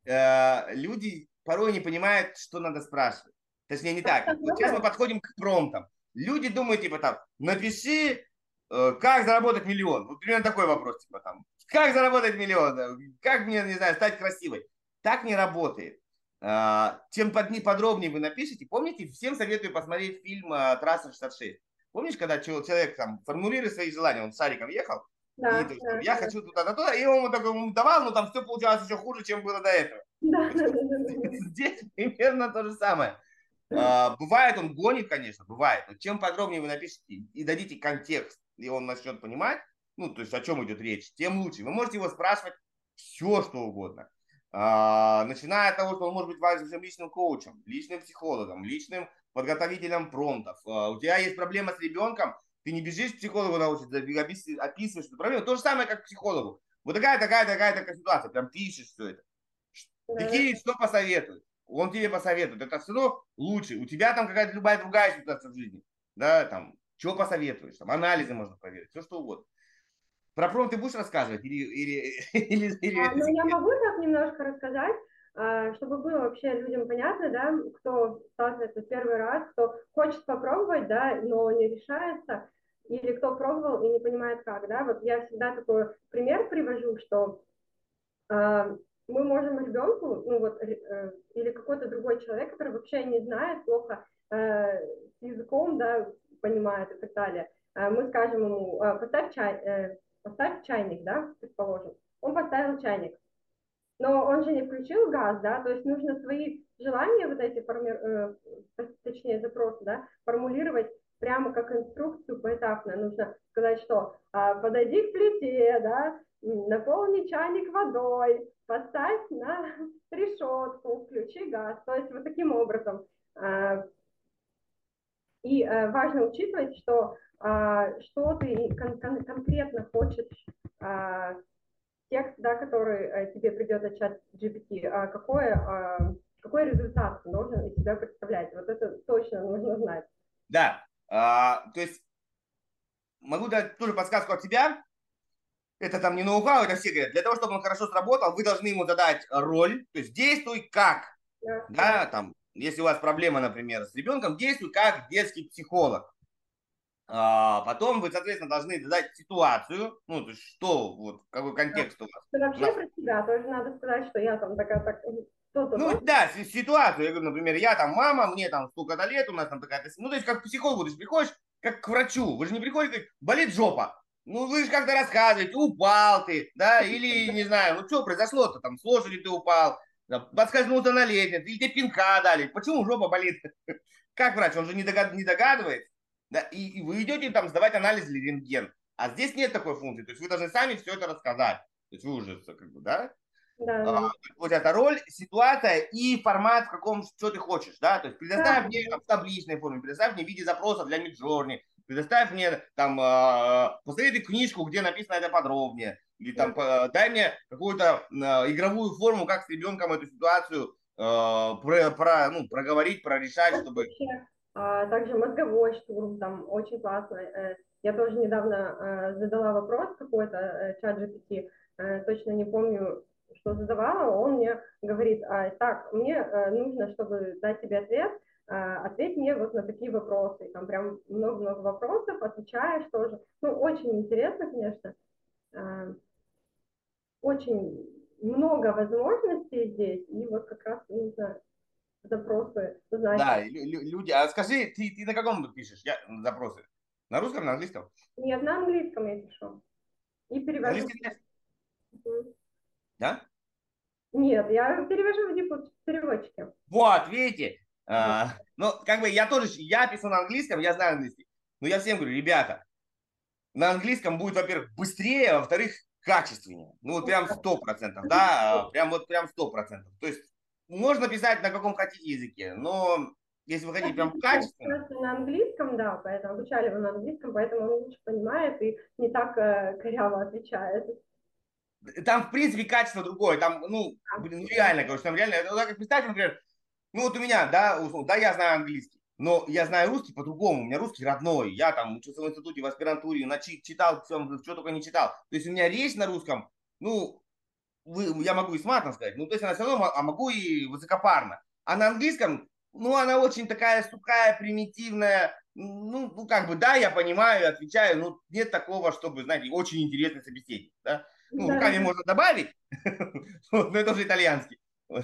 э, люди порой не понимают, что надо спрашивать. Точнее, не так. Вот сейчас мы подходим к промптам. Люди думают, типа, там, напиши, э, как заработать миллион. Вот примерно такой вопрос, типа, там, как заработать миллион? Как мне, не знаю, стать красивой? Так не работает. Э, чем под- подробнее вы напишите, помните, всем советую посмотреть фильм э, «Трасса шестьдесят шесть». Помнишь, когда человек там формулирует свои желания, он с шариком ехал, и Да, то есть, да, я да. хочу туда-туда, и он ему такой ему давал, но там все получалось еще хуже, чем было до этого. Да, Вот да, да, да, да. здесь примерно то же самое. А, бывает, он гонит, конечно, бывает, но чем подробнее вы напишите и дадите контекст, и он начнет понимать, ну, то есть о чем идет речь, тем лучше. Вы можете его спрашивать все, что угодно. А, начиная от того, что он может быть вашим личным коучем, личным психологом, личным подготовителем промптов. А, у тебя есть проблема с ребенком, ты не бежишь к психологу научиться, описываешь эту проблему. То же самое, как к психологу. Вот такая, такая, такая, такая ситуация. Прям пишешь все это. Да. Какие, что посоветуют? Он тебе посоветует. Это все равно лучше. У тебя там какая-то любая другая ситуация в жизни. Да, там, что посоветуешь? Там анализы можно проверить, все что угодно. Про промпт ты будешь рассказывать? Или, или, или, или А, это ну, я секрет? могу так немножко рассказать, а, чтобы было вообще людям понятно, да, кто сталкивается первый раз, кто хочет попробовать, да, но не решается, или кто пробовал и не понимает как, да. Вот я всегда такой пример привожу, что а, мы можем ребенку, ну вот, э, или какой-то другой человек, который вообще не знает, плохо э, с языком, да, понимает и так далее, э, мы скажем ему: э, поставь чай, э, поставь чайник, да, предположим. Он поставил чайник, но он же не включил газ, да, то есть нужно свои желания, вот эти, форми... э, точнее, запросы, да, формулировать прямо как инструкцию поэтапно. Нужно сказать, что а, подойди к плите, да, наполни чайник водой, поставь на решетку, включи газ. То есть вот таким образом. А, и а, важно учитывать, что а, что ты кон- кон- конкретно хочешь, а, текст, да, который э, тебе придет от чат джи пи ти, а какой, а, какой результат он должен из себя представлять. Вот это точно нужно знать. Да. А, то есть могу дать тоже подсказку от тебя. Это там не ноу-хау, это все говорят. Для того, чтобы он хорошо сработал, вы должны ему задать роль. То есть действуй как. Да, да, Да, там, если у вас проблема, например, с ребенком, действуй как детский психолог. А потом вы, соответственно, должны задать ситуацию, ну, то есть что, вот, какой да. контекст у вас. Ну, вообще На- про себя тоже надо сказать, что я там такая, так, Ну, то-то-то. да, си- ситуацию. Я говорю, например, я там мама, мне там столько-то лет, у нас там такая-то... Ну, то есть как к психологу ты же приходишь, как к врачу. Вы же не приходите, говорите, болит жопа. Ну, вы же как-то рассказываете, упал ты, да, или, не знаю, ну, что произошло-то, там, с лошади ты упал, да, подскользнулся на лестнице, или тебе пинка дали. Почему жопа болит? Как врач? Он же не, догад... не догадывается. Да, и, и вы идете там сдавать анализ или рентген. А здесь нет такой функции. То есть вы должны сами все это рассказать. То есть вы уже, как бы, да? Да, А, да. вот эта роль, ситуация и формат, в каком, что ты хочешь, да, то есть Да, предоставь мне там, в табличной форме, предоставь мне в виде запроса для Midjourney, предоставь мне там, э, посоветуй книжку, где написано это подробнее, или там да. по- дай мне какую-то э, игровую форму, как с ребенком эту ситуацию про, про, ну, проговорить, прорешать, чтобы... Вообще, а, также мозговой штурм там очень классно. Э, Я тоже недавно э, задала вопрос какой-то э, чат джи пи ти, э, точно не помню, что задавала, он мне говорит: а, так, мне э, нужно, чтобы дать тебе ответ, э, ответь мне вот на такие вопросы. И там прям много-много вопросов, отвечаешь тоже. Ну, очень интересно, конечно. Э, Очень много возможностей здесь, и вот как раз нужно запросы знать. Да, лю- лю- люди... А скажи, ты, ты на каком пишешь я, запросы? На русском, на английском? Нет, на английском я пишу. И На перевожу. английский знаешь? Мгм. Да? Нет, я перевожу в депо- переводчике. Вот, видите? Вот. А, ну, как бы я тоже, я пишу на английском, я знаю английский. Но я всем говорю, ребята, на английском будет, во-первых, быстрее, а во-вторых, качественнее. Ну, вот прям сто процентов, да, а, прям вот прям сто процентов. То есть можно писать на каком хотите языке, но если вы хотите прям качественно, Просто на английском, да, поэтому обучали его на английском, поэтому он лучше понимает и не так э, коряво отвечает. там, в принципе, качество другое. Там, ну, Да, блин, ну реально, короче, там реально, это вот так как представьте, например, ну вот у меня, да, условно, да, я знаю английский, но я знаю русский по-другому. У меня русский родной. Я там учился в институте, в аспирантуре, начи- читал, все, что только не читал. То есть у меня речь на русском, ну, вы, я могу и с матом сказать, ну, то есть она все равно, а могу и высокопарно. А на английском, ну, она очень такая сухая, примитивная, ну, ну, как бы, да, я понимаю, отвечаю, но нет такого, чтобы, знаете, очень интересный собеседник, да. Ну, да, руками да. можно добавить, но это уже итальянский.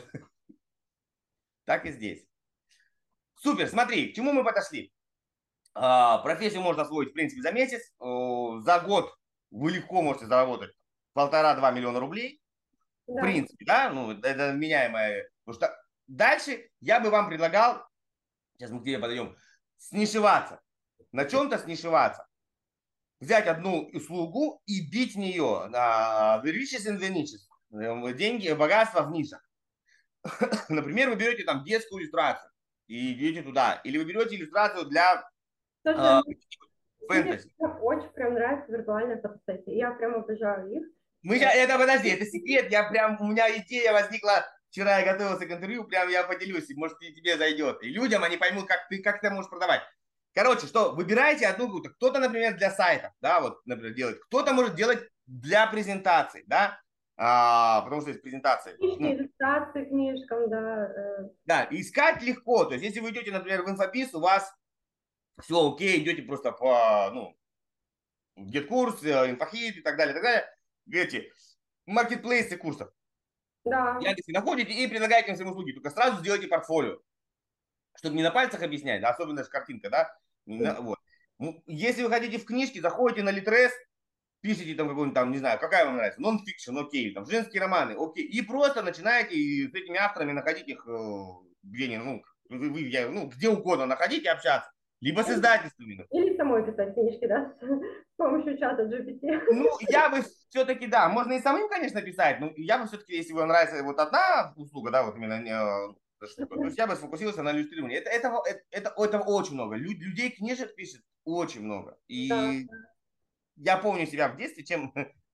Так и здесь. Супер, смотри, к чему мы подошли. А, профессию можно освоить, в принципе, за месяц. За год вы легко можете заработать полтора-два миллиона рублей. В Да. принципе, да, ну, это меняемое. Потому что дальше я бы вам предлагал, сейчас мы к тебе подойдем, снишиваться. На чем-то снишиваться. Взять одну услугу и бить в нее на the riches in the niches. Эм, Деньги, богатство в нишах. Например, вы берете там детскую иллюстрацию и идете туда. Или вы берете иллюстрацию для Слушай, э, мне мне фэнтези. очень прям нравится виртуальная фотосессия. Я прям обожаю их. Мы Э, сейчас, это подожди, это секрет. Я прям, у меня идея возникла вчера, я готовился к интервью, прям я поделюсь, может и тебе зайдет. И людям они поймут, как ты, как ты можешь продавать. Короче, что, выбирайте одну группу. Кто-то, например, для сайтов, да, вот, например, делает. Кто-то может делать для презентаций, да, а, потому что есть презентации. Книжки, Ну, иллюстрации к книжкам, да. э, да, искать легко. То есть, если вы идете, например, в инфобиз, у вас все окей, идете просто по, ну, GetCourse, инфохит и так далее, и так далее. Говорите, маркетплейсы курсов. В Да. Яндексе находите и предлагаете им свои услуги. Только сразу сделайте портфолио, чтобы не на пальцах объяснять, да, особенно же картинка, да. Вот. Ну, если вы хотите в книжки, заходите на Литрес, пишите там какой-нибудь там, не знаю, какая вам нравится, нон-фикшн, окей, там, женские романы, окей, и просто начинаете с этими авторами находить их э, где не, ну, вы, вы, я, ну, где угодно находить и общаться, либо с издательствами. Или самой писать книжки, да, с с помощью чата джи пи ти. Ну, я бы все-таки, да, можно и самим, конечно, писать, но я бы все-таки, если вам нравится вот одна услуга, да, вот именно э, эта штука, то есть я бы сфокусировался на иллюстрировании. Это, этого, это, это, этого очень много. Лю- людей книжек пишет очень много. Да. И я помню себя в детстве, чем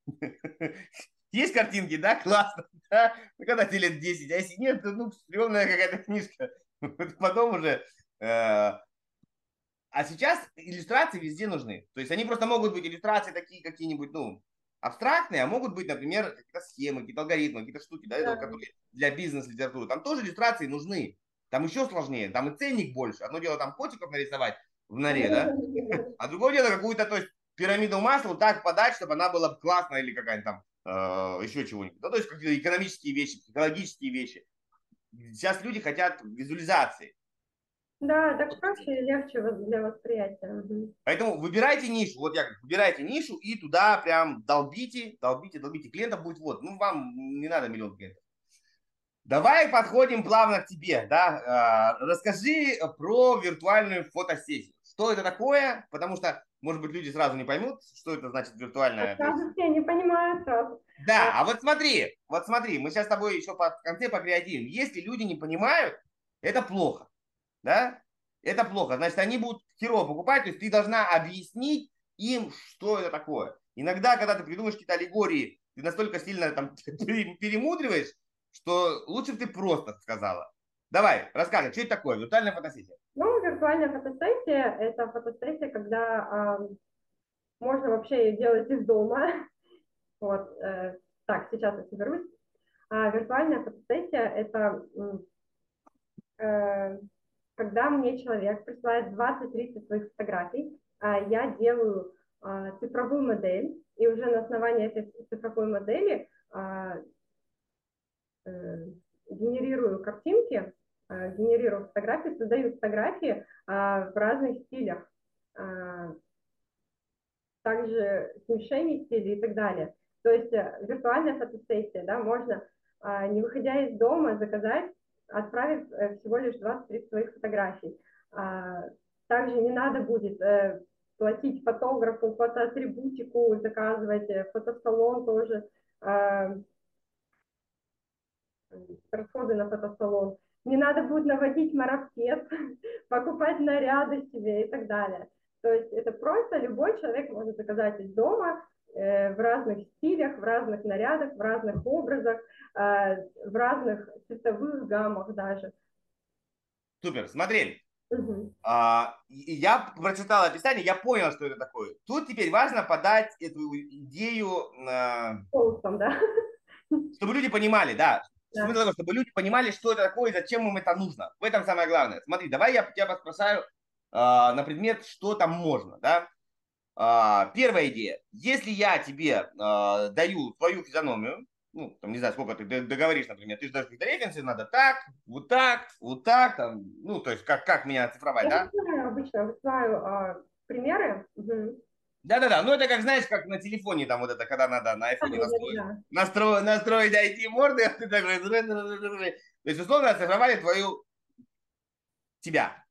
есть картинки, да, классно, да, ну, когда тебе лет десять, а если нет, то, ну, стрёмная какая-то книжка. Потом уже э, а сейчас иллюстрации везде нужны. То есть они просто могут быть иллюстрации такие какие-нибудь, ну, абстрактные, а могут быть, например, какие-то схемы, какие-то алгоритмы, какие-то штуки, да, это вот, Да. которые для бизнес-литературы. Там тоже иллюстрации нужны. Там еще сложнее, там и ценник больше. Одно дело там котиков нарисовать в норе, да, а другое дело какую-то, то есть пирамиду масла так подать, чтобы она была классная или какая-нибудь там э, еще чего-нибудь. Ну, то есть какие-то экономические вещи, психологические вещи. Сейчас люди хотят визуализации. Да, так проще и легче вот для восприятия. Мгм. Поэтому выбирайте нишу, вот я говорю, выбирайте нишу и туда прям долбите, долбите, долбите. Клиентов будет вот, ну вам не надо миллион клиентов. Давай подходим плавно к тебе, да. А, расскажи про виртуальную фотосессию. Что это такое? Потому что, может быть, люди сразу не поймут, что это значит А виртуальная. То есть, сразу все не понимают сразу. А, да, а вот смотри, вот смотри, мы сейчас с тобой еще по в конце покреативим. Если люди не понимают, это плохо, да? Это плохо. Значит, они будут херово покупать, то есть ты должна объяснить им, что это такое. Иногда, когда ты придумаешь какие-то аллегории, ты настолько сильно там перемудриваешь, что лучше бы ты просто сказала. Давай, рассказывай, что это такое, виртуальная фотосессия? Ну, виртуальная фотосессия – это фотосессия, когда э, можно вообще ее делать из дома. Вот, э, так, сейчас я соберусь. А виртуальная фотосессия – это э, когда мне человек присылает двадцать-тридцать своих фотографий, а я делаю э, цифровую модель, и уже на основании этой цифровой модели э, э, генерирую картинки, э, генерирую фотографии, создаю фотографии э, в разных стилях, э, также смешение стилей и так далее. То есть э, виртуальная фотосессия, да, можно, э, не выходя из дома, заказать, отправив э, всего лишь двадцать-тридцать своих фотографий. А, также не надо будет э, платить фотографу, фотоатрибутику, заказывать, э, фотосалон тоже, э, расходы на фотосалон. Не надо будет наводить марафет, покупать наряды себе и так далее. То есть это просто любой человек может заказать из дома э, в разных стилях, в разных нарядах, в разных образах, э, в разных цветовых гаммах даже. Супер, смотри. Угу. А, и я прочитал описание, я понял, что это такое. Тут теперь важно подать эту идею, а, Соусом, да? чтобы люди понимали, да, Да. смысл того, чтобы люди понимали, что это такое и зачем им это нужно. В этом самое главное. Смотри, давай я тебя поспрашаю а, на предмет, что там можно, да. А, первая идея. Если я тебе а, даю свою физиономию, ну, там, не знаю, сколько ты договоришь, например, ты же даешь референсы, надо так, вот так, вот так, там, ну, то есть, как, как меня оцифровать, Я да? высылаю обычно, высылаю а, примеры. Угу. Да-да-да, ну это как, знаешь, как на телефоне, там вот это, когда надо на Да, айфоне да, настроить, да. настро, настроить ай ти-морды, а ты такой... То есть, условно, оцифровали твою тебя.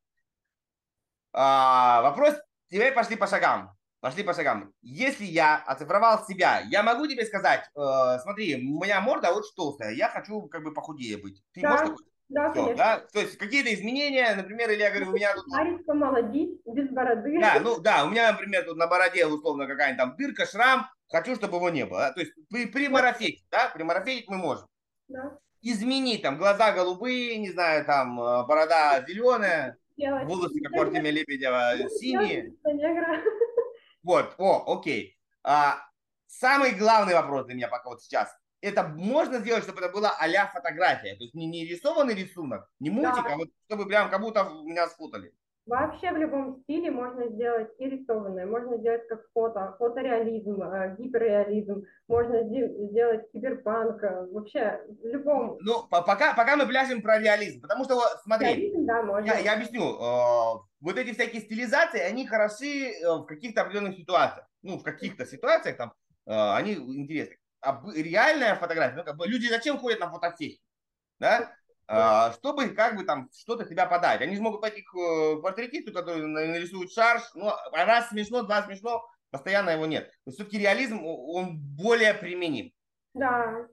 А, вопрос, теперь пошли по шагам. Пошли по шагам. Если я оцифровал себя, я могу тебе сказать, э, смотри, у меня морда очень толстая, я хочу как бы похудее быть. Ты можешь Да, такой? да, Все, конечно. да? То есть какие-то изменения, например, или я говорю, у меня тут... Парить, помолодить, без бороды. Да, ну да, у меня, например, тут на бороде условно какая-нибудь там дырка, шрам, хочу, чтобы его не было. Да? То есть при, при марафете, да, при марафете мы можем. Да. Изменить там глаза голубые, не знаю, там э, борода зеленая, Делать. волосы, как у Артемия Лебедева, синие. Делать негра. Вот, о, окей. А, самый главный вопрос для меня пока вот сейчас. Это можно сделать, чтобы это была а-ля фотография. То есть не, не рисованный рисунок, не мультик, а Да. вот чтобы прям как будто меня сфотали. Вообще в любом стиле можно сделать и рисованное, можно сделать как фото, фотореализм, э, гиперреализм, можно зи- сделать киберпанк, э, вообще в Ну, любом ну, по- пока, пока мы пляшем про реализм. Потому что, вот, смотри, реализм, да, я, можно. я объясню. Э, вот эти всякие стилизации, они хороши э, в каких-то определенных ситуациях. Ну, в каких-то ситуациях там э, они интересны. А б- реальная фотография, ну, как бы люди зачем ходят на фотосессии? Да? А, чтобы как бы там что-то себя подать. Они же могут пойти к э, портретисту, который на- нарисует шарж, ну, а раз смешно, два смешно, постоянно его нет. То есть все-таки реализм, о- он более применим. Да,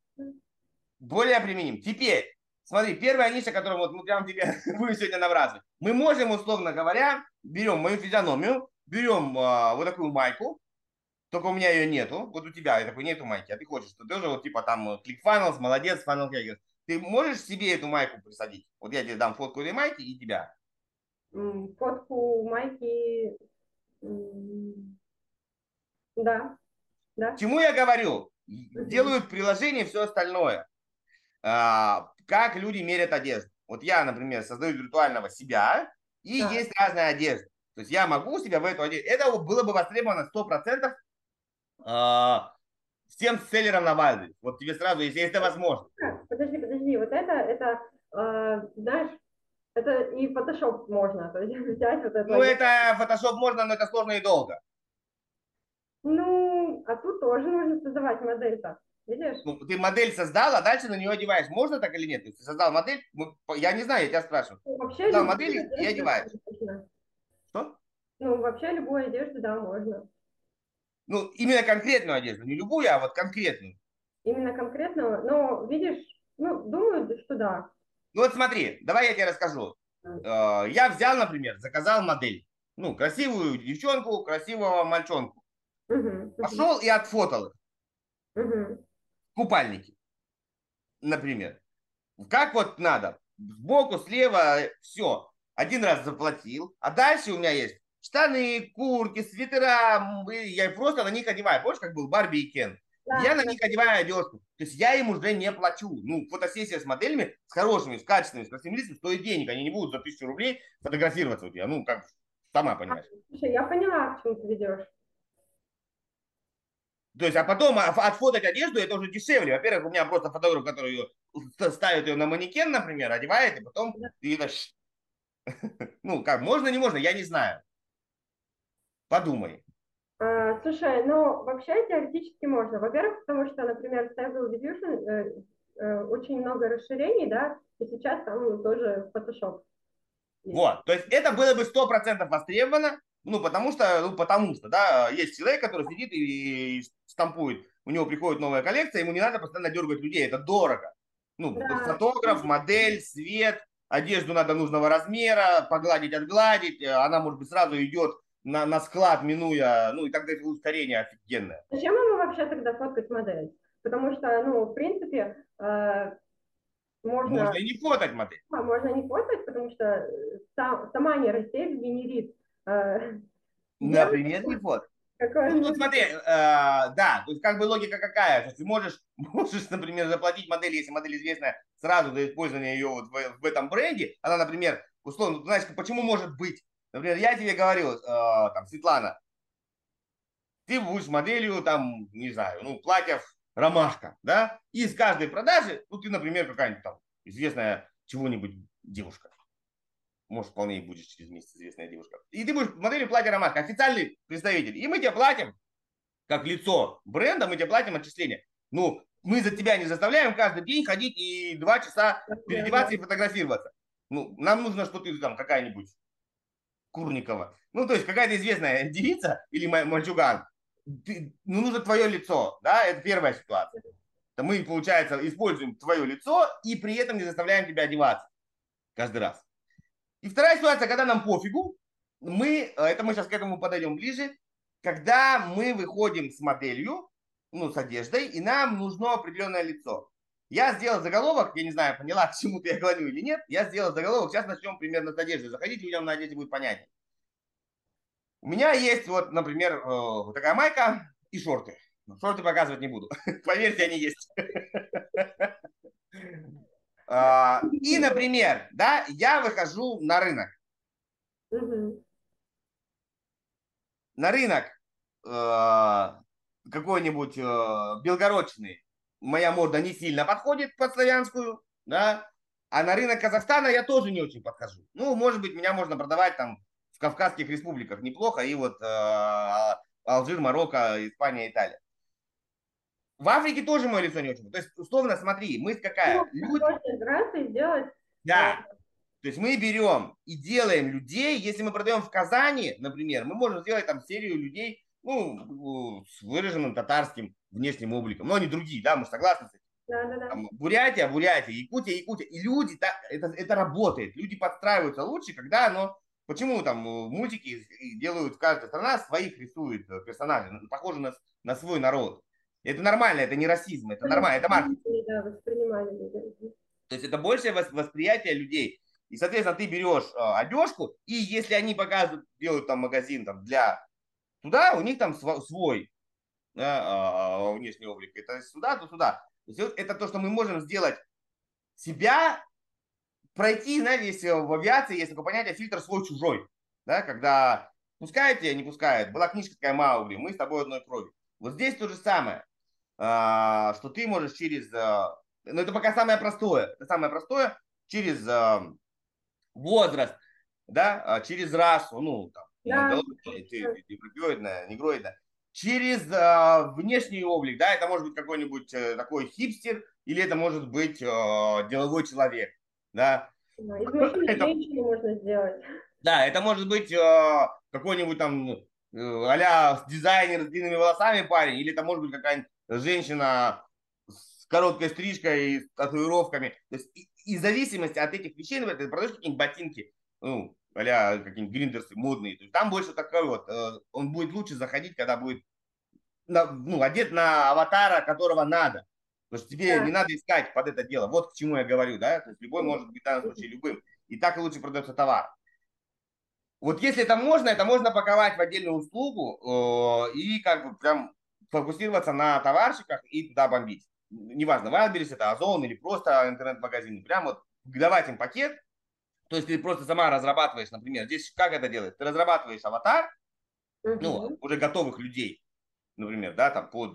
Более применим. Теперь, смотри, первая ниша, которую вот мы прям тебе будем сегодня набрасывать. Мы можем, условно говоря, берем мою физиономию, берем а, вот такую майку, только у меня ее нету, вот у тебя такой нету майки, а ты хочешь, что ты уже вот типа там ClickFunnels, молодец, Funnel Hackers. Ты можешь себе эту майку присадить? Вот я тебе дам фотку этой майки и тебя. М, фотку майки, м, да, да. Чему я говорю? Мгм. Делают приложение и все остальное. А, как люди мерят одежду. Вот я, например, создаю виртуального себя, и Да. есть разная одежда. То есть я могу себя в эту одежду. Это было бы востребовано сто процентов а, всем селлерам на Wildberries. Вот тебе сразу, если это возможно. Подожди, подожди, вот это, это, э, знаешь, это и Photoshop можно, то есть взять вот эту Ну, одежду. это Photoshop можно, но это сложно и долго. Ну, а тут тоже нужно создавать модель-то, видишь? Ну, ты модель создал, а дальше на нее одеваешь. Можно так или нет? Если ты создал модель, мы- я не знаю, я тебя спрашиваю. Ну, вообще Создал любую модель и одежду одеваешь. можно. Что? Ну, вообще любую одежду, да, можно. Ну, именно конкретную одежду, не любую, а вот конкретную. Именно конкретно, но видишь, ну, думаю, что да. Ну вот смотри, давай я тебе расскажу. Э, Я взял, например, заказал модель. Ну, красивую девчонку, красивого мальчонку. Мгм, мгм, Пошел и отфотал их мгм. в купальнике. например. Как вот надо? Сбоку, слева, все. Один раз заплатил, а дальше у меня есть штаны, куртки, свитера, я просто на них одеваю. Помнишь, как был Барби и Кен? Я Да, на да. них одеваю одежку. То есть я им уже не плачу. Ну, фотосессия с моделями, с хорошими, с качественными, с красивыми лицами стоит денег. Они не будут за тысячу рублей фотографироваться у тебя. Ну, как сама А, понимаешь. слушай, я поняла, к чему ты ведешь. То есть, а потом а, отфотать одежду, это уже дешевле. Во-первых, у меня просто фотограф, который ее ставит ее на манекен, например, одевает, и потом ты это, ну, как, можно, не можно, я не знаю. Подумай. А, слушай, ну вообще теоретически можно. Во-первых, потому что, например, в Stable Diffusion э, э, очень много расширений, да, и сейчас там тоже Photoshop есть. Вот, то есть это было бы сто процентов востребовано, ну, потому что, ну, потому что, да, есть человек, который сидит и, и штампует, у него приходит новая коллекция, ему не надо постоянно дергать людей, это дорого. Ну, Да, фотограф, модель, свет, одежду надо нужного размера, погладить, отгладить, она, может быть, сразу идет на, на склад, минуя, ну, и тогда это ускорение офигенное. зачем ему вообще тогда фоткать модель? Потому что, ну, в принципе, э, Можно можно, и не фотать модель. а, можно не фотать, потому что э, сам, сама нейросеть генерит э, Например, не девушку, фотать. какой Ну, тут нужно. смотри, э, да, то есть как бы логика какая, то есть ты можешь, можешь, например, заплатить модели, если модель известная, сразу за использование ее вот в, в этом бренде, она, например, условно, знаешь, почему может быть, например, я тебе говорил, э, там, Светлана, ты будешь моделью, там, не знаю, ну, платьев ромашка, да, и из каждой продажи, ну, ты, например, какая-нибудь там известная чего-нибудь девушка, может, вполне и будешь через месяц известная девушка, и ты будешь моделью платья ромашка, официальный представитель, и мы тебе платим как лицо бренда, мы тебе платим отчисления. Ну, мы за тебя не заставляем каждый день ходить и два часа Да, да. переодеваться и фотографироваться. Ну, нам нужно, что ты там какая-нибудь Курникова. Ну, то есть какая-то известная девица или мальчуган. Ты, ну, нужно твое лицо, да, это первая ситуация. Это мы, получается, используем твое лицо и при этом не заставляем тебя одеваться каждый раз. И вторая ситуация, когда нам пофигу, мы, это мы сейчас к этому подойдем ближе, когда мы выходим с моделью, ну, с одеждой, и нам нужно определенное лицо. Я сделал заголовок, я не знаю, поняла, к чему ты я клоню или нет, я сделал заголовок, сейчас начнем примерно с одежды. Заходите, людям на одежде будет понятнее. У меня есть вот, например, вот такая майка и шорты. Шорты показывать не буду. Поверьте, они есть. И, например, да, я выхожу на рынок. Мгм. На рынок э, какой-нибудь э, белгородчины моя морда не сильно подходит под славянскую, да, а на рынок Казахстана я тоже не очень подхожу. Ну, может быть, меня можно продавать там в Кавказских республиках неплохо, и вот э, Алжир, Марокко, Испания, Италия. В Африке тоже мое лицо не очень. То есть, условно, смотри, мы Ну, какая? Люди, можно играться и сделать. э, да, то есть мы берем и делаем людей, если мы продаем в Казани, например, мы можем сделать там серию людей, ну, с выраженным татарским внешним обликом, но не другие, да, мы согласны с этим. Да, да, да. Там, Бурятия, Бурятия, Якутия, Якутия. И люди, так, это, это работает. Люди подстраиваются лучше, когда оно... Почему там э, мультики делают каждая страна, своих рисует э, персонажей, похожи на, на свой народ. Это нормально, это не расизм, это нормально, это маркетинг. Да, воспринимали люди. То есть это большее восприятие людей. И, соответственно, ты берешь э, одежку, и если они показывают, делают там магазин там, для туда, у них там свой да, э, внешний облик. Это сюда, то сюда. То есть это то, что мы можем сделать себя, пройти, знаете, если в авиации есть такое понятие фильтр свой-чужой. Да, когда пускают тебя, не пускают. Была книжка такая Маугли, мы с тобой одной крови. Вот здесь то же самое, э, что ты можешь через... Э, но это пока самое простое. Это самое простое через э, возраст, да, а через расу, ну, там, Да, монголоидная, европеоидная, негроидная, через э, внешний облик, да, это может быть какой-нибудь э, такой хипстер, или это может быть э, деловой человек, да. да. Из мужчины Это, женщину можно сделать. да, это может быть э, какой-нибудь там э, а-ля дизайнер с длинными волосами парень, или это может быть какая-нибудь женщина с короткой стрижкой и с татуировками. То есть и, и в зависимости от этих вещей, например, ты продаешь какие-нибудь ботинки, ну, а какие-нибудь гриндерсы модные, то есть там больше такой вот, э, он будет лучше заходить, когда будет на, ну, одет на аватара, которого надо. Потому что тебе не Да. надо искать под это дело. Вот к чему я говорю, да? То есть любой может быть в данном случае любым. И так и лучше продается товар. Вот если это можно, это можно паковать в отдельную услугу э, и как бы прям фокусироваться на товарщиках и туда бомбить. Неважно, Wildberries это Озон или просто интернет-магазин. Прям вот давать им пакет. То есть ты просто сама разрабатываешь, например, здесь как это делать? Ты разрабатываешь аватар, ну, Мгм. уже готовых людей, например, да, там под,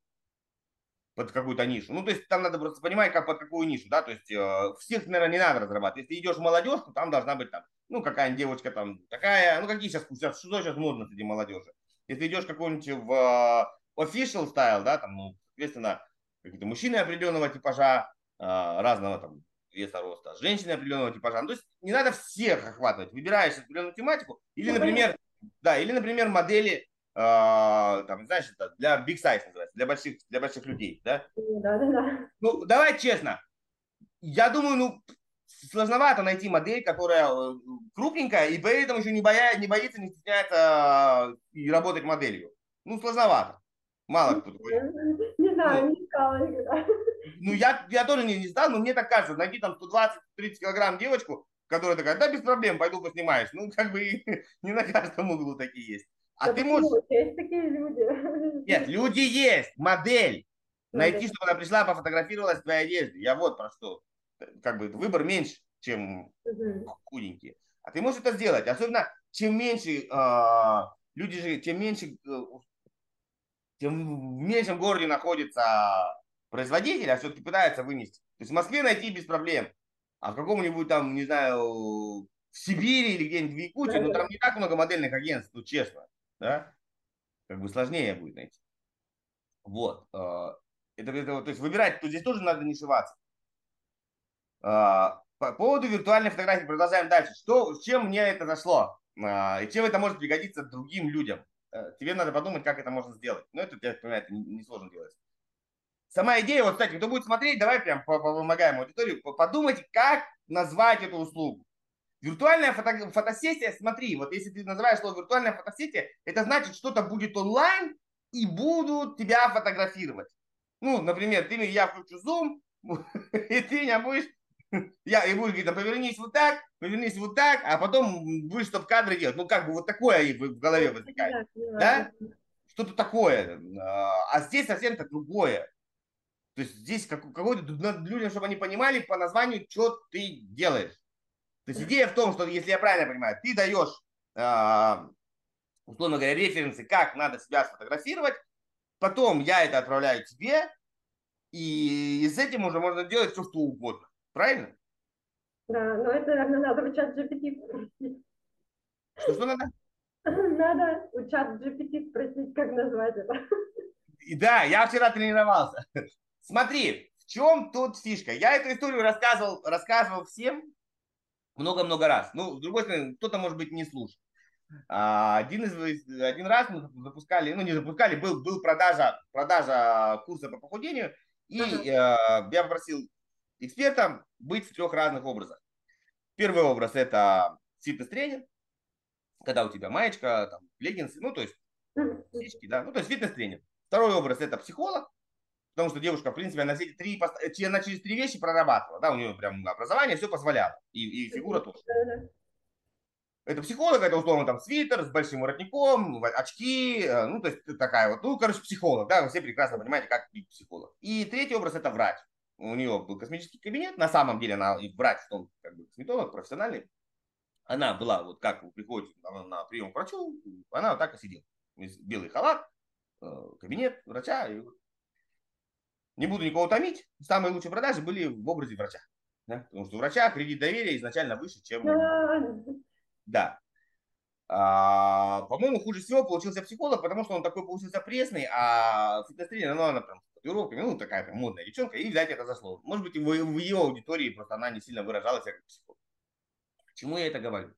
под какую-то нишу. Ну, то есть там надо просто понимать, как под какую нишу, да, то есть э, всех, наверное, не надо разрабатывать. Если идешь в молодежку, там должна быть там, ну, какая-нибудь девочка там такая, ну, какие сейчас, сейчас что сейчас модно среди молодежи. Если идешь какой-нибудь в э, official style, да, там, ну, соответственно, какие-то мужчины определенного типажа, э, разного там веса роста, женщины определенного типажа. Ну, то есть не надо всех охватывать. Выбираешь определенную тематику. Или, Ну, например, понятно. да, или, например, модели а, там, знаешь, это для big size называется, для больших, для больших людей, да? Да, да, да. Ну, давай честно, я думаю, ну, сложновато найти модель, которая э, крупненькая и при этом еще не, боя, не боится, не стесняется э, и работать моделью. Ну, сложновато. Мало Не кто такой. знаю, не знаю, Ну, не искала никогда. ну я, я тоже не, не знал, но мне так кажется, найти там сто двадцать тридцать килограмм девочку, которая такая, да, без проблем, пойду поснимаешь. Ну, как бы не на каждом углу такие есть. А Да ты можешь. почему? Есть такие Нет, люди. люди есть, модель. Надо. Найти, чтобы она пришла, пофотографировалась в твоей одежде. Я вот про что. Как бы выбор меньше, чем Мгм. худенькие. А ты можешь это сделать. Особенно, чем меньше э, люди же, тем меньше, э, тем в меньшем городе находится производитель, а все-таки пытается вынести. То есть в Москве найти без проблем. А в каком-нибудь там, не знаю, в Сибири или где-нибудь в Якутии, Да, ну да, там да. не так много модельных агентств, ну честно. Да? Как бы сложнее будет найти. Вот. э, Это, это, вот, то есть выбирать, то здесь тоже надо не ошибаться. А, По поводу виртуальной фотографии продолжаем дальше. Что, с чем мне это зашло? А, И чем это может пригодиться другим людям? Э, Тебе надо подумать, как это можно сделать. Но это, я понимаю, это несложно делать. Сама идея, вот, кстати, кто будет смотреть, давай прям помогаем аудитории, подумайте, как назвать эту услугу. Виртуальная фото, фотосессия, смотри, вот если ты называешь слово виртуальная фотосессия, это значит, что-то будет онлайн и будут тебя фотографировать. Ну, например, ты, я включу Zoom, и ты меня будешь, я и будешь говорить, «Да повернись вот так, повернись вот так, а потом будешь стоп-кадры делать. Ну, как бы вот такое в голове возникает. Да, поняла. Да? Что-то такое. А здесь совсем-то другое. То есть здесь какой-то, людям, чтобы они понимали по названию, что ты делаешь. То есть идея в том, что, если я правильно понимаю, ты даешь, э, условно говоря, референсы, как надо себя сфотографировать, потом я это отправляю тебе, и с этим уже можно делать все, что угодно. Правильно? Да, но это, наверное, надо у чат джи пи ти спросить. Что-что надо? Надо у чат джи пи ти спросить, как назвать это. И да, я вчера тренировался. Смотри, в чем тут фишка? Я эту историю рассказывал, рассказывал всем много-много раз. Ну, с другой стороны, кто-то, может быть, не слушал. А, Один, из, один раз мы запускали, ну не запускали, был, был продажа, продажа курса по похудению, и Ага. э, я попросил эксперта быть в трех разных образах. Первый образ это фитнес-тренер, когда у тебя маечка, там, леггинсы, ну то есть сиськи, да, ну то есть фитнес-тренер. Второй образ это психолог, потому что девушка, в принципе, она, все эти три, она через три вещи прорабатывала, да, у нее прям образование все позволяло, и, и фигура тоже. Да-да-да. Это психолог, это условно там свитер с большим воротником, очки, э, ну, то есть такая вот, ну, короче, психолог, да, вы все прекрасно понимаете, как психолог. И третий образ это врач. У нее был космический кабинет, на самом деле она и врач, в том, как бы, косметолог, профессиональный. Она была, вот как вы приходите на, на прием к врачу, она вот так и сидела. Белый халат, э, кабинет врача. И... Не буду никого томить, самые лучшие продажи были в образе врача. Да? Потому что у врача кредит доверия изначально выше, чем у... Да. Да. А, по-моему, хуже всего получился психолог, потому что он такой получился пресный, а фитнес-тренер, ну, она прям с татуировками, ну, такая прям модная девчонка, и взять это за слово. Может быть, в, в ее аудитории просто она не сильно выражалась как психолог. К чему я это говорю?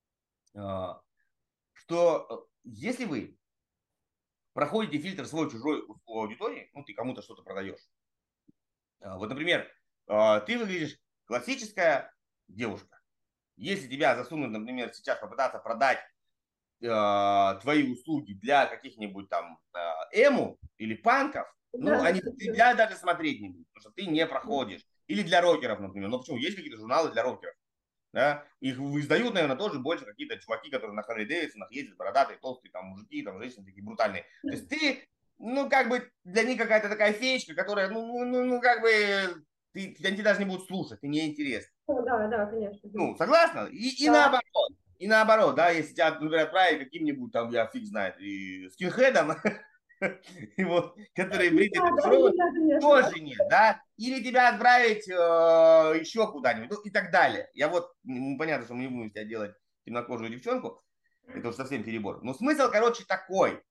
А, что э, если вы проходите фильтр свой-чужой у аудитории, ну, ты кому-то что-то продаешь. А, вот, например, а, ты выглядишь классическая девушка. Если тебя засунуть, например, сейчас попытаться продать э, твои услуги для каких-нибудь там э, эму или панков, Ну, Да. они тебя даже смотреть не будут, потому что ты не проходишь. Или для рокеров, например. Ну почему? Есть какие-то журналы для рокеров. Да? Их издают, наверное, тоже больше какие-то чуваки, которые на Харли Дэвидсонах ездят, бородатые, толстые, там, мужики, там, женщины такие брутальные. То есть ты, ну, как бы для них какая-то такая феечка, которая, ну, ну, ну, ну как бы, ты, они тебя даже не будут слушать, ты не интересен. О, да, да, конечно. Ну, согласна? И, и Да. наоборот. И наоборот, да, если тебя, например, отправить каким-нибудь, там, я фиг знает, и скинхедом, и вот, которые бритые, Да, да, татуированы, не надо мне отправить. тоже нет, да, или тебя отправить э, еще куда-нибудь, ну и так далее. Я вот, ну, понятно, что мы не будем из тебя делать темнокожую девчонку, это уж совсем перебор. Но смысл, короче, такой.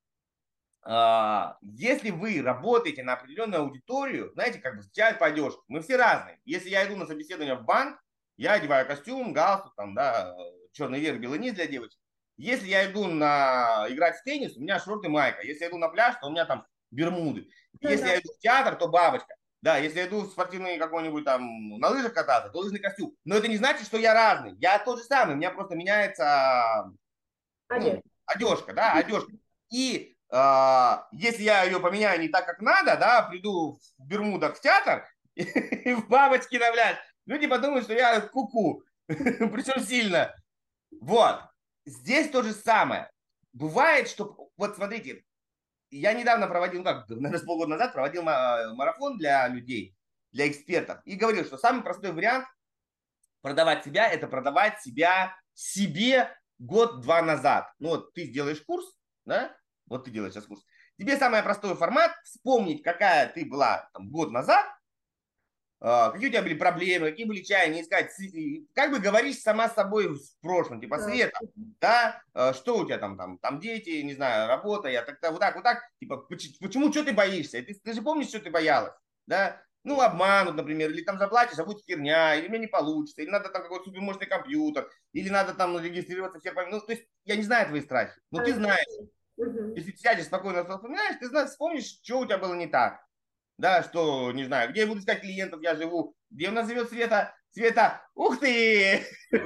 Э, если вы работаете на определенную аудиторию, знаете, как бы сейчас по одежке, мы все разные. Если я иду на собеседование в банк, я одеваю костюм, галстук, там, да, черный верх, белый низ для девочек. Если я иду на играть в теннис, у меня шорты, майка. Если я иду на пляж, то у меня там бермуды. Да, Если да. я иду в театр, то бабочка. Да, если я иду в спортивный какой-нибудь там на лыжах кататься, то лыжный костюм. Но это не значит, что я разный. Я тот же самый. У меня просто меняется, ну, Одежда. одежка, да, одежка. И э, если я ее поменяю не так, как надо, да, приду в бермудах в театр и в бабочке на пляж, люди подумают, что я куку. Причем сильно. Вот. Здесь то же самое. Бывает, что... Вот смотрите, я недавно проводил, ну как, наверное, с полгода назад проводил марафон для людей, для экспертов. И говорил, что самый простой вариант продавать себя, это продавать себя себе год-два назад. Ну вот ты сделаешь курс, да, вот ты делаешь сейчас курс. Тебе самый простой формат вспомнить, какая ты была там, год назад, какие у тебя были проблемы, какие были чаяния, искать, как бы говоришь сама с собой в прошлом, типа, Да. Света, да, что у тебя там, там, там дети, не знаю, работа, я так-то вот так, вот так, типа, почему, что ты боишься? Ты, ты же помнишь, что ты боялась, да? Ну, обманут, например, или там заплатишь, а будет херня, или мне не получится, или надо там какой-то супермощный компьютер, или надо там регистрироваться все, ну, то есть, я не знаю твои страхи, но ты знаешь, Угу. если ты сядешь спокойно вспоминаешь, ты знаешь, вспомнишь, что у тебя было не так. Да, что, не знаю, где я буду искать клиентов, я живу, где у нас живет Света, Света, ух ты!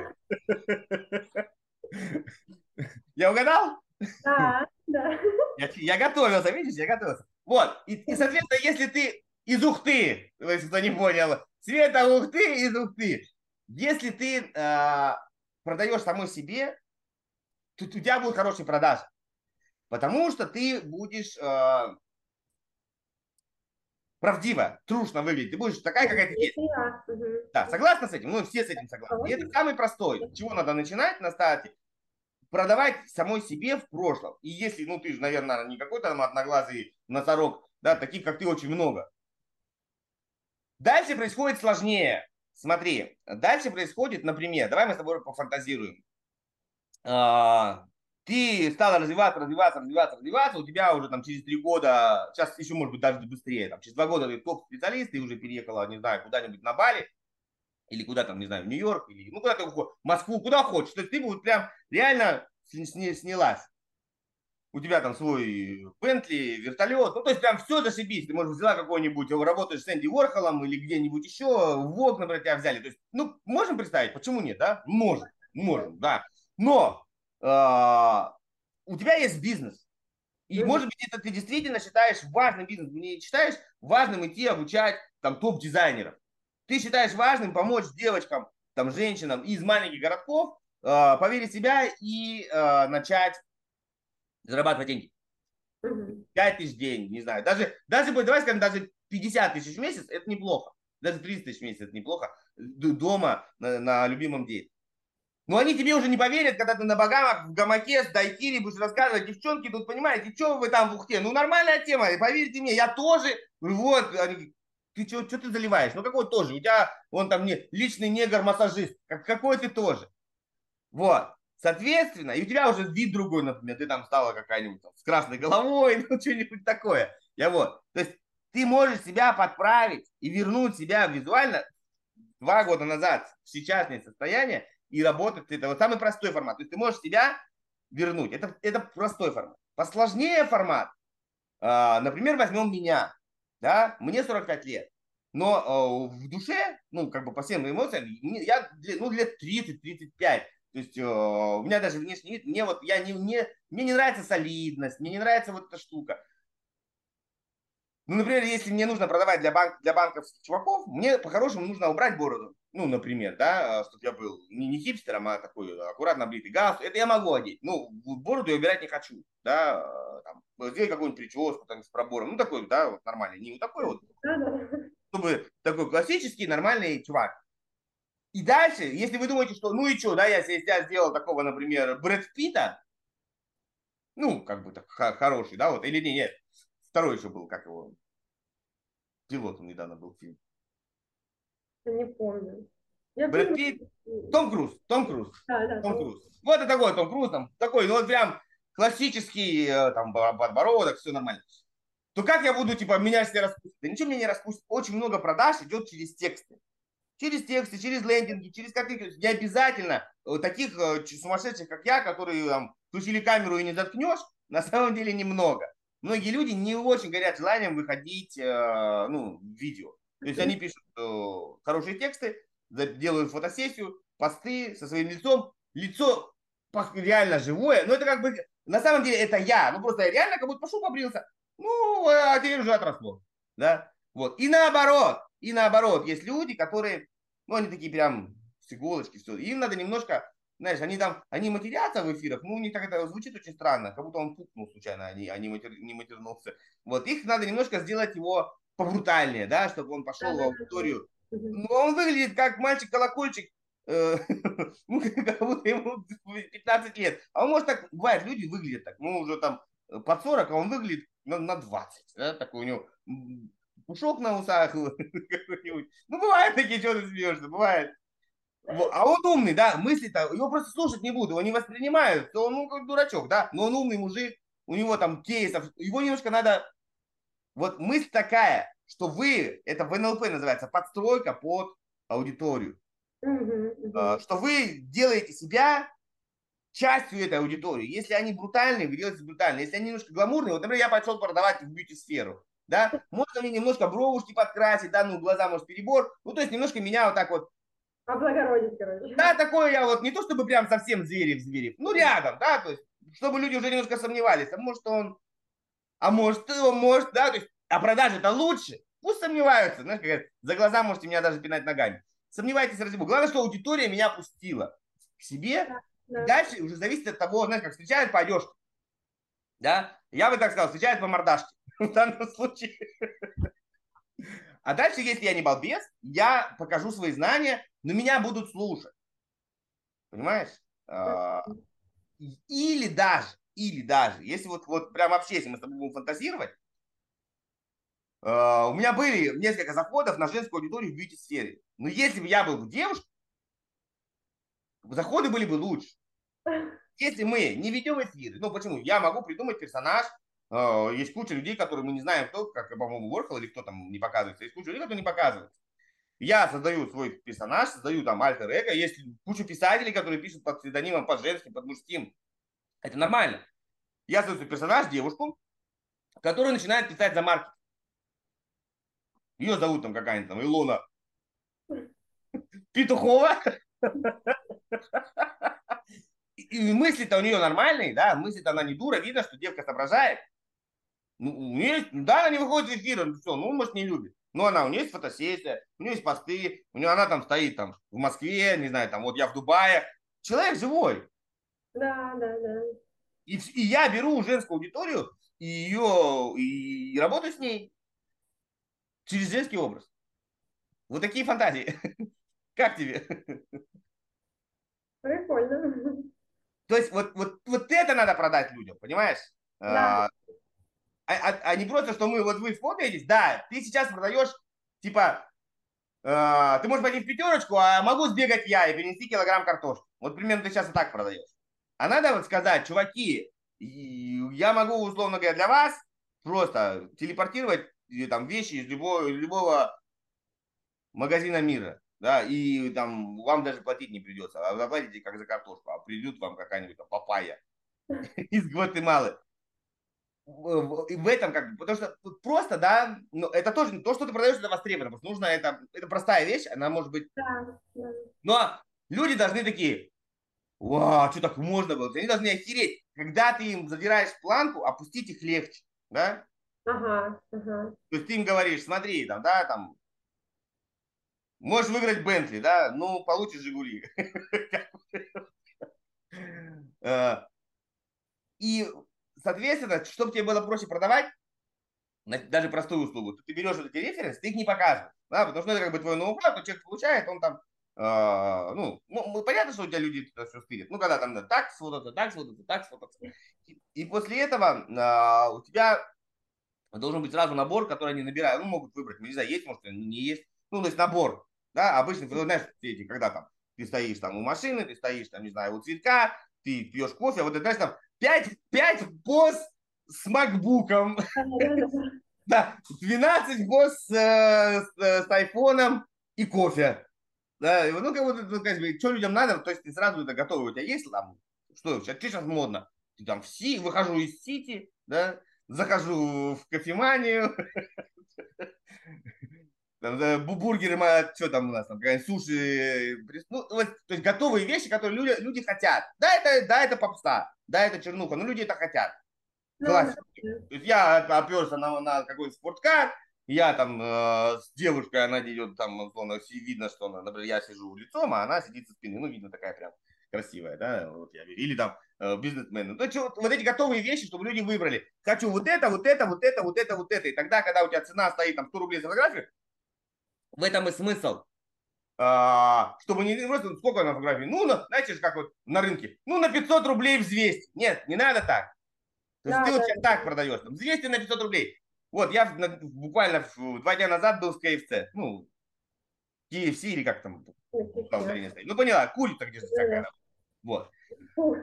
Я угадал? Да, да. Я, я готовился, видишь, я готовился. Вот, и, и, соответственно, если ты из Ухты, если кто не понял, Света Ухты из Ухты, если ты э, продаешь самой себе, то у тебя будут хорошие продажи, потому что ты будешь... Э, правдиво, трушно выглядеть. Ты будешь такая, какая ты есть. Да, согласна с этим? Ну, все с этим согласны. И это самый простой. С чего надо начинать на старте? Продавать самой себе в прошлом. И если, ну, ты же, наверное, не какой-то там одноглазый носорог, да, таких, как ты, очень много. Дальше происходит сложнее. Смотри, дальше происходит, например, давай мы с тобой пофантазируем. Ты стала развиваться, развиваться, развиваться, развиваться, у тебя уже там через три года, сейчас еще может быть даже быстрее, там, через два года ты топ-специалист, ты уже переехала, не знаю, куда-нибудь на Бали, или куда там, не знаю, в Нью-Йорк, или ну куда ты уходишь, в Москву, куда хочешь, то есть ты вот прям реально снялась. У тебя там свой Бентли, вертолет, ну то есть прям все зашибись, ты, может, взяла какой-нибудь, работаешь с Энди Уорхолом или где-нибудь еще, в Vogue, например, тебя взяли, то есть, ну, можем представить, почему нет, да? Можем, можем, да, но у тебя есть бизнес. И, может быть, это ты действительно считаешь важным бизнесом. Не считаешь важным идти обучать там топ-дизайнеров. Ты считаешь важным помочь девочкам, там, женщинам из маленьких городков э, поверить в себя и э, начать зарабатывать деньги. пять тысяч в день, не знаю. Даже, даже, давай скажем, даже пятьдесят тысяч в месяц, это неплохо. Даже триста тысяч в месяц, это неплохо. Дома на, на любимом деле. Но они тебе уже не поверят, когда ты на Багамах в гамаке с дайкири будешь рассказывать, девчонки, тут понимаете, что вы там в Ухте? Ну нормальная тема, поверьте мне, я тоже, вот, ты что, что ты заливаешь? Ну какой тоже? У тебя, он там не, личный негр-массажист, как, какой ты тоже. Вот, соответственно, и у тебя уже вид другой, например, ты там стала какая-нибудь там, с красной головой, ну что-нибудь такое. Я вот, то есть ты можешь себя подправить и вернуть себя визуально два года назад в сейчасное состояние, и работать это вот самый простой формат. То есть ты можешь себя вернуть. Это, это простой формат. Посложнее формат, э, например, возьмем меня. Да? Мне сорок пять лет. Но э, в душе, ну, как бы по всем эмоциям, я ну, лет тридцать тридцать пять. То есть э, у меня даже внешний вид, мне вот, я не, не, мне не нравится солидность, мне не нравится вот эта штука. Ну, например, если мне нужно продавать для, банк, для банковских чуваков, мне по-хорошему нужно убрать бороду. Ну, например, да, чтобы я был не, не хипстером, а такой аккуратно бритый галстук. Это я могу одеть. Ну, бороду я убирать не хочу, да, там, сделать какую-нибудь прическу там, с пробором. Ну, такой, да, вот нормальный. Не вот такой вот, чтобы такой классический, нормальный чувак. И дальше, если вы думаете, что, ну и что, да, я себе сделал такого, например, Брэд Питта, ну, как бы так хороший, да, вот, или нет, нет, второй еще был, как его, пилотом недавно был фильм. Я не помню. Я Брэд фильм... Питт, Том Круз, Том Круз, да, да, Том Том... Круз. Вот это такой Том Круз, там, такой, ну вот прям классический, там, подбородок, все нормально. То как я буду, типа, меня себе распустить? Да ничего меня не распустит. Очень много продаж идет через тексты. Через тексты, через лендинги, через какие-то... Не обязательно таких сумасшедших, как я, которые там включили камеру и не заткнешь, на самом деле немного. Многие люди не очень горят желанием выходить ну, в видео. То есть они пишут хорошие тексты, делают фотосессию, посты со своим лицом. Лицо реально живое, но это как бы... На самом деле это я. Ну просто я реально как будто пошел побрился. Ну, а теперь уже отросло. Да? Вот. И наоборот, и наоборот, есть люди, которые ну, они такие прям с иголочки, все. Им надо немножко, знаешь, они там, они матерятся в эфирах, ну, у них так это звучит очень странно, как будто он пукнул случайно, а не, а не, матер, не матернулся. Вот, их надо немножко сделать его побрутальнее, да, чтобы он пошел в аудиторию. Но он выглядит как мальчик-колокольчик, ну, как будто ему пятнадцать лет. А он может так, бывает, люди выглядят так, ну, уже там под сорок, а он выглядит на, на двадцать, да, такой у него пушок на усах. Ну, бывает такие, что ты смеешься, бывает. А он умный, да, мысли-то, его просто слушать не будут, его не воспринимают, то он, ну, как дурачок, да, но он умный мужик, у него там кейсов, его немножко надо, вот мысль такая, что вы, это в эн эл пэ называется, подстройка под аудиторию, что вы делаете себя частью этой аудитории. Если они брутальные, вы делаете брутально. Если они немножко гламурные, вот, например, я пошел продавать в бьюти-сферу, да, можно мне немножко бровушки подкрасить, да, ну, глаза, может, перебор, ну, то есть немножко меня вот так вот облагородить, короче. Да, такое я вот, не то чтобы прям совсем зверев-зверев, ну, рядом, да, то есть, чтобы люди уже немножко сомневались, а может он, а может он, может, да, то есть, а продажи это лучше, пусть сомневаются, знаешь, как говорят, за глаза можете меня даже пинать ногами. Сомневайтесь, ради бога. Главное, что аудитория меня пустила к себе, да, и да. Дальше уже зависит от того, знаешь, как встречают по одежке, да, я бы так сказал, встречают по мордашке, в данном случае. А дальше, если я не балбес, я покажу свои знания, но меня будут слушать. Понимаешь? Или даже, или даже, если вот, вот прям вообще, если мы с тобой будем фантазировать, у меня были несколько заходов на женскую аудиторию в бьюти-сфере. Но если бы я был бы девушкой, заходы были бы лучше. Если мы не ведем эфиры, ну почему? Я могу придумать персонаж, есть куча людей, которые мы не знаем, кто, как, по-моему, Уорхол или кто там не показывается, есть куча людей, которые не показываются. Я создаю свой персонаж, создаю там альтер-эго, есть куча писателей, которые пишут под псевдонимом, под женским, под мужским. Это нормально. Я создаю персонаж, девушку, которая начинает писать за маркетинг. Ее зовут там какая-нибудь там Илона Петухова. И мысли-то у нее нормальные, да, мысли-то она не дура, видно, что девка соображает. Ну, у нее, да, она не выходит в эфир, ну, все, ну, может, не любит. Но она, у нее есть фотосессия, у нее есть посты, у нее она там стоит там в Москве, не знаю, там вот я в Дубае. Человек живой. Да, да, да. И, и я беру женскую аудиторию и ее и, и работаю с ней через женский образ. Вот такие фантазии. Как тебе? Прикольно. То есть вот, вот, вот это надо продать людям, понимаешь? Да. А, а, а не просто, что мы, вот вы смотритесь, да, ты сейчас продаешь, типа, э, ты можешь пойти в пятерочку, а могу сбегать я и перенести килограмм картошки. Вот примерно ты сейчас и так продаешь. А надо вот сказать, чуваки, я могу, условно говоря, для вас просто телепортировать там вещи из любого, любого магазина мира. Да, и там вам даже платить не придется. А вы заплатите как за картошку, а придет вам какая-нибудь папайя из Гватемалы. В этом как бы, потому что просто, да, ну, это тоже, то, что ты продаешь, это востребовано, потому что нужно, это, это простая вещь, она может быть, да, да. Но люди должны такие, вау, что так можно было, они должны охереть, когда ты им задираешь планку, опустить их легче, да, Ага, ага. То есть ты им говоришь, смотри, там, да, там, можешь выиграть Бентли, да, ну, получишь Жигули. Э, И, соответственно, чтобы тебе было проще продавать, даже простую услугу, ты берешь вот эти референсы, ты их не показываешь, да, потому что это как бы твой ноу-хау, то человек получает, он там, э, ну, ну, понятно, что у тебя люди это все стырят, ну, когда там да, так сфотаться, так сфотаться, так сфотаться. И, и после этого э, у тебя должен быть сразу набор, который они набирают, ну, могут выбрать, ну, не знаю, есть, может, не есть, ну, то есть набор, да, обычно, ты знаешь, эти, когда там ты стоишь там у машины, ты стоишь там, не знаю, у цветка, ты пьешь кофе, а вот ты знаешь, там пять пять поз с макбуком, да, двенадцать поз с, э, с, э, с айфоном и кофе, да, и вот, ну, как вот, ну, как бы, что людям надо, то есть ты сразу это готовый, у тебя есть там, что сейчас, что сейчас модно, ты там в Си, выхожу из Сити, да, захожу в кофеманию, там, да, бургеры, что там у нас, там, суши, ну, вот, то есть готовые вещи, которые люди, люди хотят. Да, это, да, это попса, да, это чернуха, но люди это хотят. Ну, да. Классика. То есть я оперся на, на какой-то спорткар, я там э, с девушкой, она идет там, условно, видно, что она, например, я сижу лицом, а она сидит со спины, ну, видно, такая прям красивая, да, вот я говорю. Или там э, бизнесмены. То есть вот, вот эти готовые вещи, чтобы люди выбрали. Хочу вот это, вот это, вот это, вот это, вот это. И тогда, когда у тебя цена стоит там сто рублей за фотографию, в этом и смысл. А, чтобы не просто сколько на фотографии. Ну, на, знаете же, как вот на рынке. Ну, на пятьсот рублей взвесь. Нет, не надо так. То есть Да, ты вот да, сейчас так продаешь. Там, двести на пятьсот рублей. Вот, я на, буквально два дня назад был в ка эф си. Ну, кей эф си или как там там да. зрение стоит. Ну, поняла, курица где-то всякая. Да. Вот. Фу,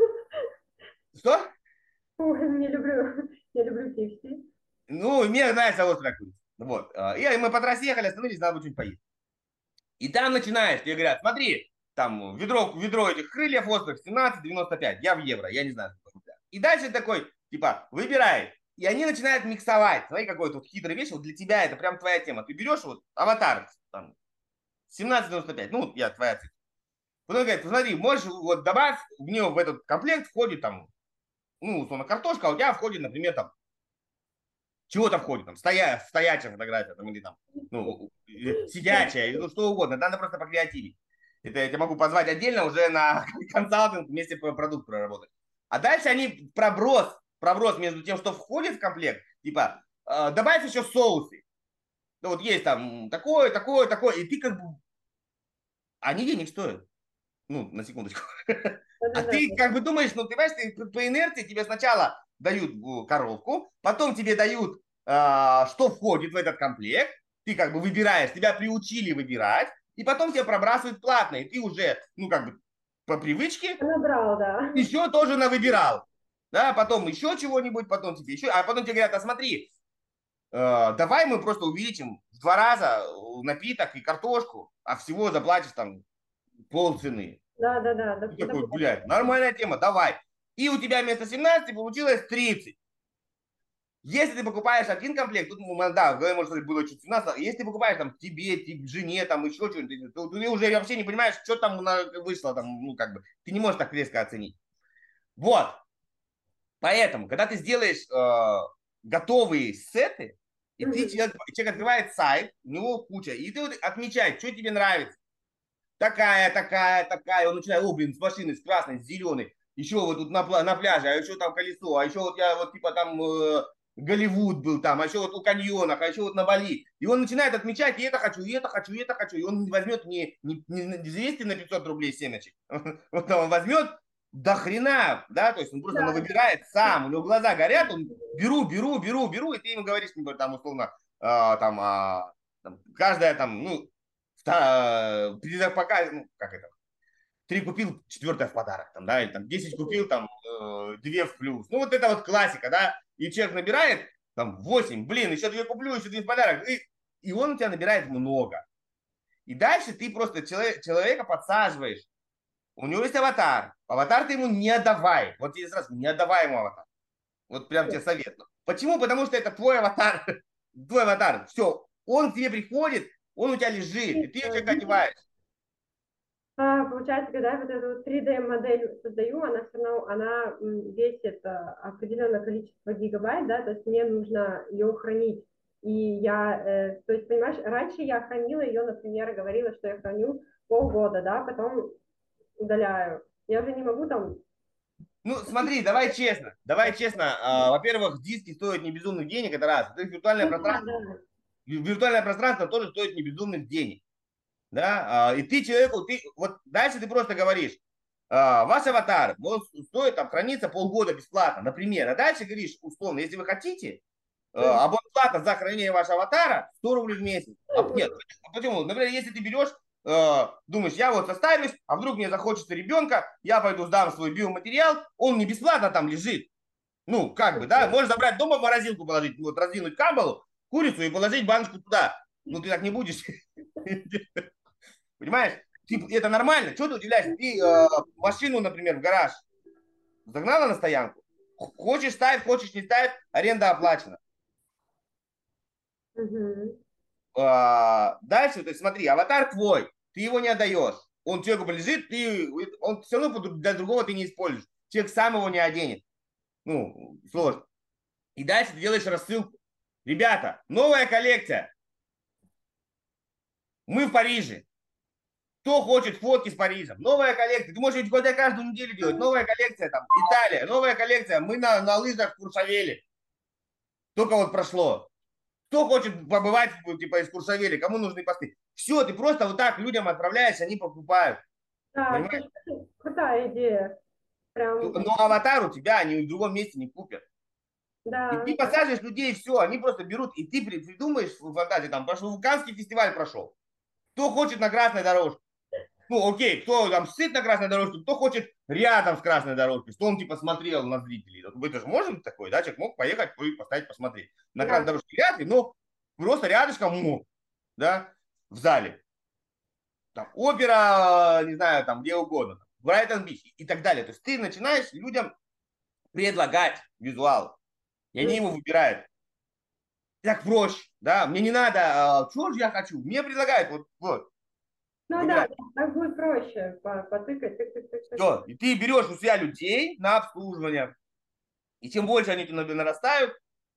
Что? фу, не люблю, не люблю K F C. Ну, мне нравится острая курица. Вот. А, и мы по трассе ехали, остановились, надо было что-нибудь поесть. И там начинаешь, тебе говорят, смотри, там ведро, ведро этих крыльев острых семнадцать девяносто пять, я в евро, я не знаю. И дальше такой, типа, выбирай. И они начинают миксовать. Смотри, какой тут хитрый вещь, вот для тебя это прям твоя тема. Ты берешь вот аватар, там, семнадцать девяносто пять, ну, я твоя цифра. Потом говорит, посмотри, можешь вот добавь, в нее в этот комплект входит там, ну, условно, картошка, а у тебя входит, например, там, чего-то входит, там, стоя, стоячая фотография, там, или там, ну, сидячая, или ну, что угодно, надо просто покреативить. Это я тебя могу позвать отдельно уже на консалтинг вместе по продукту проработать. А дальше они проброс, проброс между тем, что входит в комплект, типа, э, добавь еще соусы. Ну, вот есть там такое, такое, такое, и ты как бы, они денег стоят. Ну, на секундочку. А Да-да-да. ты как бы думаешь, ну, ты понимаешь, ты по инерции тебе сначала дают э, коробку, потом тебе дают, а, что входит в этот комплект, ты как бы выбираешь, тебя приучили выбирать, и потом тебе пробрасывают платно, и ты уже, ну, как бы по привычке Набрал, да. еще тоже навыбирал. Да, потом еще чего-нибудь, потом тебе еще, а потом тебе говорят, а смотри, э, давай мы просто увеличим в два раза напиток и картошку, а всего заплатишь там полцены. Да, да, да, И да, такой, да, блядь, нормальная тема, давай. И у тебя вместо семнадцати получилось тридцать. Если ты покупаешь один комплект, тут, да, в голове может было чуть семнадцать, если ты покупаешь там тебе, тебе, жене, там еще что-нибудь, то ты уже вообще не понимаешь, что там вышло, там, ну, как бы, ты не можешь так резко оценить. Вот. Поэтому, когда ты сделаешь э, готовые сеты, и ты, человек, человек открывает сайт, у него куча, и ты вот отмечаешь, что тебе нравится. Такая, такая, такая. Он начинает, о, блин, с машины, с красной, с зеленой. Еще вот тут на, на пляже, а еще там колесо, а еще вот я вот типа там э, Голливуд был там, а еще вот у каньонах, а еще вот на Бали. И он начинает отмечать, и это хочу, и это хочу, и это хочу. И он возьмет не, не, не двести на пятьсот рублей семечек. Вот он возьмет до хрена, да, то есть он просто да, он выбирает сам, у него глаза горят, он беру, беру, беру, беру, и ты ему говоришь, там, условно, э, там, э, там, каждая там, ну, пока, ну, как это, три купил, четвертое в подарок, там, да, или там десять купил, там, э, две в плюс. Ну, вот это вот классика, да, и человек набирает, там, восемь, блин, еще две куплю, еще две в подарок, и, и он у тебя набирает много. И дальше ты просто человек, человека подсаживаешь. У него есть аватар. Аватар ты ему не отдавай. Вот тебе сразу, не отдавай ему аватар. Вот прям тебе советую. Почему? Потому что это твой аватар. Твой аватар. Все, он к тебе приходит, он у тебя лежит, и ты его человека одеваешь. А, получается, когда я вот эту вот три дэ-модель создаю, она все равно, она м, весит а, определенное количество гигабайт, да, то есть мне нужно ее хранить. И я, э, то есть, понимаешь, раньше я хранила ее, например, говорила, что я храню полгода, да, потом удаляю. Я уже не могу там... Ну, смотри, давай честно, давай честно. А, во-первых, диски стоят не безумных денег, это раз. Это виртуальное Ну, да, пространство, да. виртуальное пространство тоже стоит не безумных денег. Да, а, и ты человеку, ты, вот дальше ты просто говоришь, а, ваш аватар вот, стоит там храниться полгода бесплатно, например, а дальше говоришь, условно, если вы хотите, а, абонплата за хранение вашего аватара сто рублей в месяц. А, нет, почему? Например, если ты берешь, а, думаешь, я вот состарюсь, а вдруг мне захочется ребенка, я пойду сдам свой биоматериал, он не бесплатно там лежит. Ну, как бы, да, можешь забрать дома в морозилку положить, вот раздвинуть камбалу, курицу и положить баночку туда. Ну, ты так не будешь. Понимаешь? Типа, это нормально. Что ты удивляешься? Ты э, машину, например, в гараж загнала на стоянку. Хочешь ставь, хочешь не ставь, аренда оплачена. Мгм. А, дальше, то есть смотри, аватар твой, ты его не отдаешь. Он человеку лежит, ты, он все равно для другого ты не используешь. Человек сам его не оденет. Ну, сложно. И дальше ты делаешь рассылку. Ребята, новая коллекция. Мы в Париже. Кто хочет фотки с Парижем? Новая коллекция. Ты можешь хоть каждую неделю делать. Новая коллекция там. Италия. Новая коллекция. Мы на, на лыжах в Куршавеле. Только вот прошло. Кто хочет побывать типа из Куршавели? Кому нужны посты? Все, ты просто вот так людям отправляешь, они покупают. Да, Понимаешь? слушай, крутая идея. Прям, Но аватар у тебя они в другом месте не купят. И да. ты посаживаешь людей, все, они просто берут, и ты придумаешь в фантазии, там, прошел, Вулканский фестиваль прошел. Кто хочет на красной дорожке? Ну, окей, кто там сыт на красной дорожке, кто хочет рядом с красной дорожкой, что он типа смотрел на зрителей. Это же может быть такое, да? Человек мог поехать, поставить, посмотреть. На красной Да. дорожке вряд ли, но просто рядышком мог, да, в зале. Там опера, не знаю, там где угодно, Брайтон-Бич и так далее. То есть ты начинаешь людям предлагать визуал, и они его выбирают. Так проще, да, мне не надо, а, что же я хочу, мне предлагают, вот, вот, Ну да, выбирай. так будет проще по- потыкать, тык, тык, тык, тык. Все, и ты берешь у себя людей на обслуживание, и чем больше они тебе нарастают,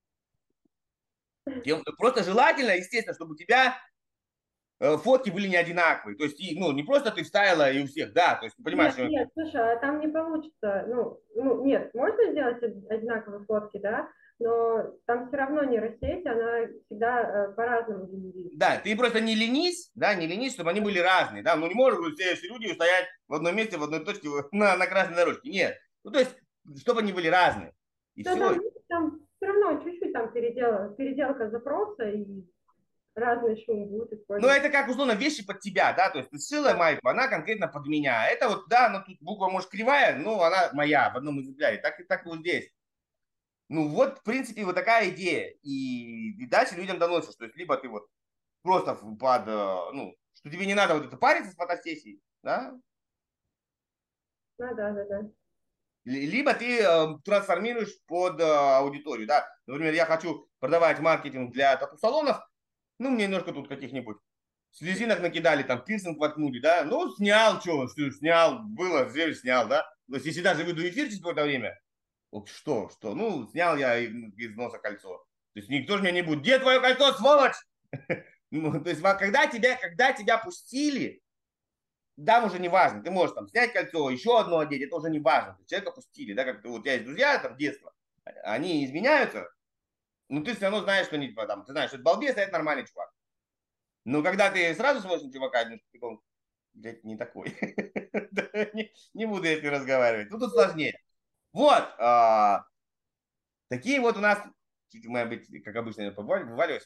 тем просто желательно, естественно, чтобы у тебя э, фотки были не одинаковые. То есть, и, ну, не просто ты вставила и у всех, да, то есть, ты понимаешь, Нет, что... нет, слушай, а там не получится. Ну, ну, нет, можно сделать од- одинаковые фотки, да, но там все равно нейросеть, она всегда э, по-разному генерит. Да, ты просто не ленись, да, не ленись, чтобы они были разные, да, ну не может все, все люди стоять в одном месте, в одной точке на, на красной дорожке, нет. Ну, то есть, чтобы они были разные, и Да, все. там, там все равно чуть-чуть там передел, переделка запроса и разный шум будет Но использоваться. это как условно вещи под тебя, да, то есть ты сшила Да, майку, она конкретно под меня. Это вот, да, она тут буква может кривая, но она моя в одном экземпляре, так и так и вот здесь. Ну вот, в принципе, вот такая идея. И, и дальше людям доносишь, то есть либо ты вот просто под, э, ну, что тебе не надо вот это париться с фотосессией, да, ну, да, да, да. Ли- либо ты э, трансформируешь под э, аудиторию, да. Например, я хочу продавать маркетинг для тату-салонов, ну, мне немножко тут каких-нибудь слезинок накидали, там, пирсинг воткнули, да, ну, снял, что, что снял, было, зрелищ снял, да. То есть, если даже выйду в эфир через какое-то время, вот что, что, ну, снял я из носа кольцо. То есть, никто же меня не будет, где твое кольцо, сволочь? Ну, то есть, когда тебя, когда тебя пустили, там уже не важно, ты можешь там снять кольцо, еще одно одеть, это уже не важно, человека пустили, да, как вот у тебя есть друзья там детства, они изменяются, но ты все равно знаешь, что они, типа, там, ты знаешь, что это балбес, а это нормальный чувак. Но когда ты сразу смотришь на чувака, ну, он, блядь, не такой. не, не буду я с ним разговаривать. Ну, тут сложнее. Вот. А, такие вот у нас, чуть, может быть, как обычно, я вываливаюсь.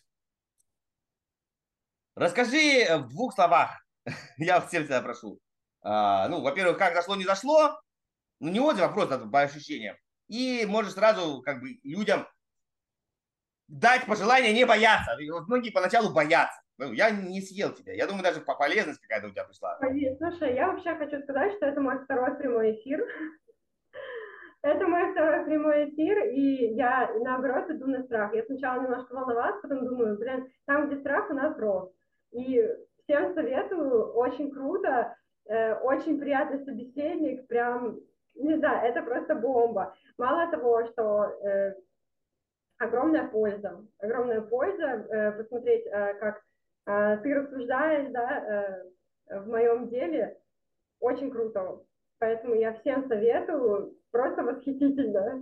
Расскажи в двух словах, я всем тебя прошу. А, ну, во-первых, как зашло, не зашло. Ну, не отзыв, а просто по ощущениям. И можешь сразу как бы людям дать пожелание не бояться. Вот многие поначалу боятся. Ну, я не съел тебя. Я думаю, даже по полезность какая-то у тебя пришла. Ой, слушай, я вообще хочу сказать, что это мой второй прямой эфир. Это мой второй прямой эфир, и я, наоборот, иду на страх. Я сначала немножко волновалась, потом думаю, блин, там, где страх, у нас рост. И всем советую, очень круто. э, очень приятный собеседник, прям, не знаю, это просто бомба. Мало того, что э, огромная польза, огромная польза э, посмотреть, э, как э, ты рассуждаешь, да, э, в моем деле, очень круто. Поэтому я всем советую, просто восхитительно.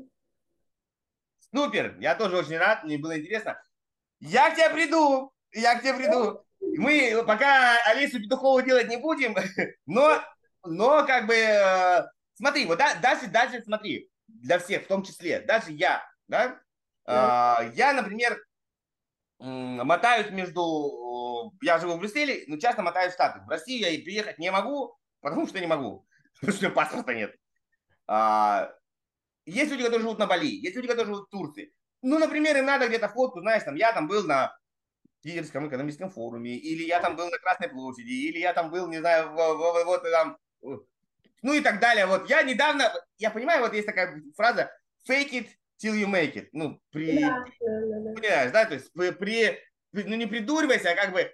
Супер, я тоже очень рад, мне было интересно. Я к тебе приду, я к тебе приду. Мы пока Алису Петухову делать не будем, но, но как бы, э, смотри, вот да, даже, даже смотри, для всех, в том числе, даже я, да, Да, э, я, например, м, мотаюсь между, э, я живу в Брюсселе, но часто мотаюсь в Штаты. В Россию я и приехать не могу, потому что не могу, потому что паспорта нет. А, есть люди, которые живут на Бали, есть люди, которые живут в Турции. Ну, например, им надо где-то фотку, знаешь, там, я там был на Питерском экономическом форуме, или я там был на Красной площади, или я там был, не знаю, вот там, ну и так далее. Вот я недавно, я понимаю, вот есть такая фраза fake it till you make it. Ну, при, да, да, да. понимаешь, да, то есть при, при, ну не придуривайся, а как бы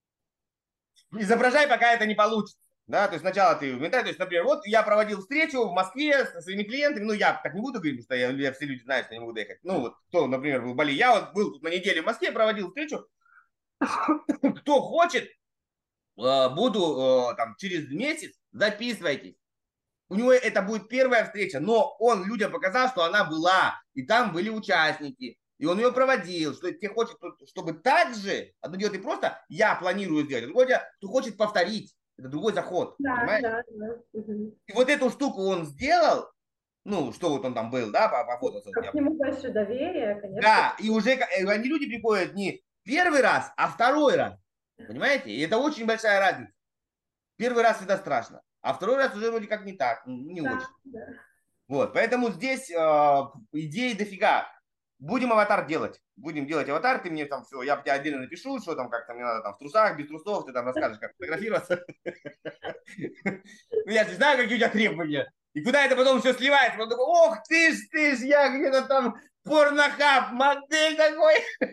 изображай, пока это не получится. Да, то есть сначала ты в ментале, то есть, например, вот я проводил встречу в Москве со своими клиентами, ну, я так не буду говорить, потому что я, я, все люди знают, что я не могу доехать. Ну, вот кто, например, был в Бали, я вот был тут на неделе в Москве, проводил встречу. Кто хочет, э, буду э, там через месяц, записывайтесь. У него это будет первая встреча, но он людям показал, что она была, и там были участники, и он ее проводил, что тебе хочет, чтобы так же, одно дело ты просто, я планирую сделать, а другое дело, кто хочет повторить, это другой заход, Да, понимаешь? да, да. Угу. И вот эту штуку он сделал, ну, что вот он там был, да, пофотался у Как меня. к нему больше доверия, конечно. Да, и уже э, они люди приходят не первый раз, а второй раз, понимаете? И это очень большая разница. Первый раз всегда страшно, а второй раз уже вроде как не так, не Да, очень. да. Вот, поэтому здесь э, идей дофига. Будем аватар делать. Будем делать аватар, ты мне там все, я тебе отдельно напишу, что там, как там мне надо там в трусах, без трусов, ты там расскажешь, как фотографироваться. Ну, я же знаю, какие у тебя требования. И куда это потом все сливается. Потом такой, ох ты ж, ты ж, я где-то там порнохаб, модель такой.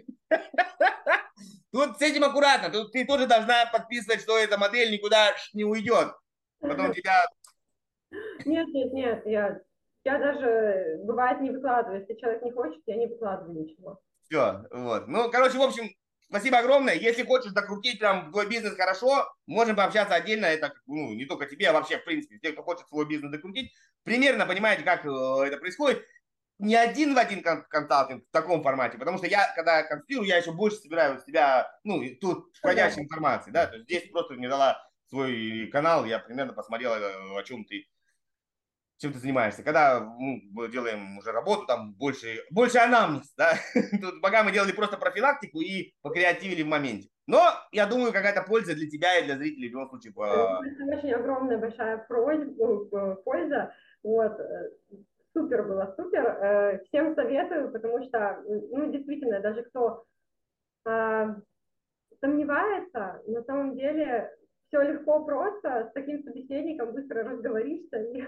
Тут с этим аккуратно. Тут ты тоже должна подписывать, что эта модель никуда не уйдет. Потом тебя... Нет, нет, нет, я, я даже, бывает, не выкладываю. Если человек не хочет, я не выкладываю ничего. Все, вот. Ну, короче, в общем, спасибо огромное. Если хочешь докрутить прям твой бизнес хорошо, можем пообщаться отдельно. Это ну, не только тебе, а вообще, в принципе, те, кто хочет свой бизнес докрутить, примерно понимаете, как э, это происходит. Не один в один кон- консалтинг в таком формате, потому что я, когда консультирую, я еще больше собираю с тебя, ну, и тут Да, входящей информации, да, то есть здесь просто мне дала свой канал, я примерно посмотрел, э, о чем ты чем ты занимаешься. Когда ну, мы делаем уже работу, там больше, больше анамнез, да? Тут пока мы делали просто профилактику и покреативили в моменте. Но, я думаю, какая-то польза для тебя и для зрителей в любом случае. это по- очень огромная большая просьба, польза. Вот, э, супер было, супер. Э, Всем советую, потому что, ну, действительно, даже кто а, сомневается, на самом деле все легко, просто, с таким собеседником быстро разговоришься, и,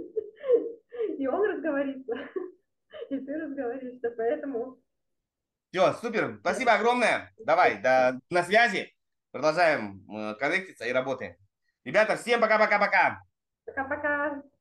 и он разговорится, и ты разговоришься, поэтому Все, супер. Спасибо огромное. Давай, да, на связи. Продолжаем э, коннектиться и работаем. Ребята, всем пока-пока-пока. пока-пока.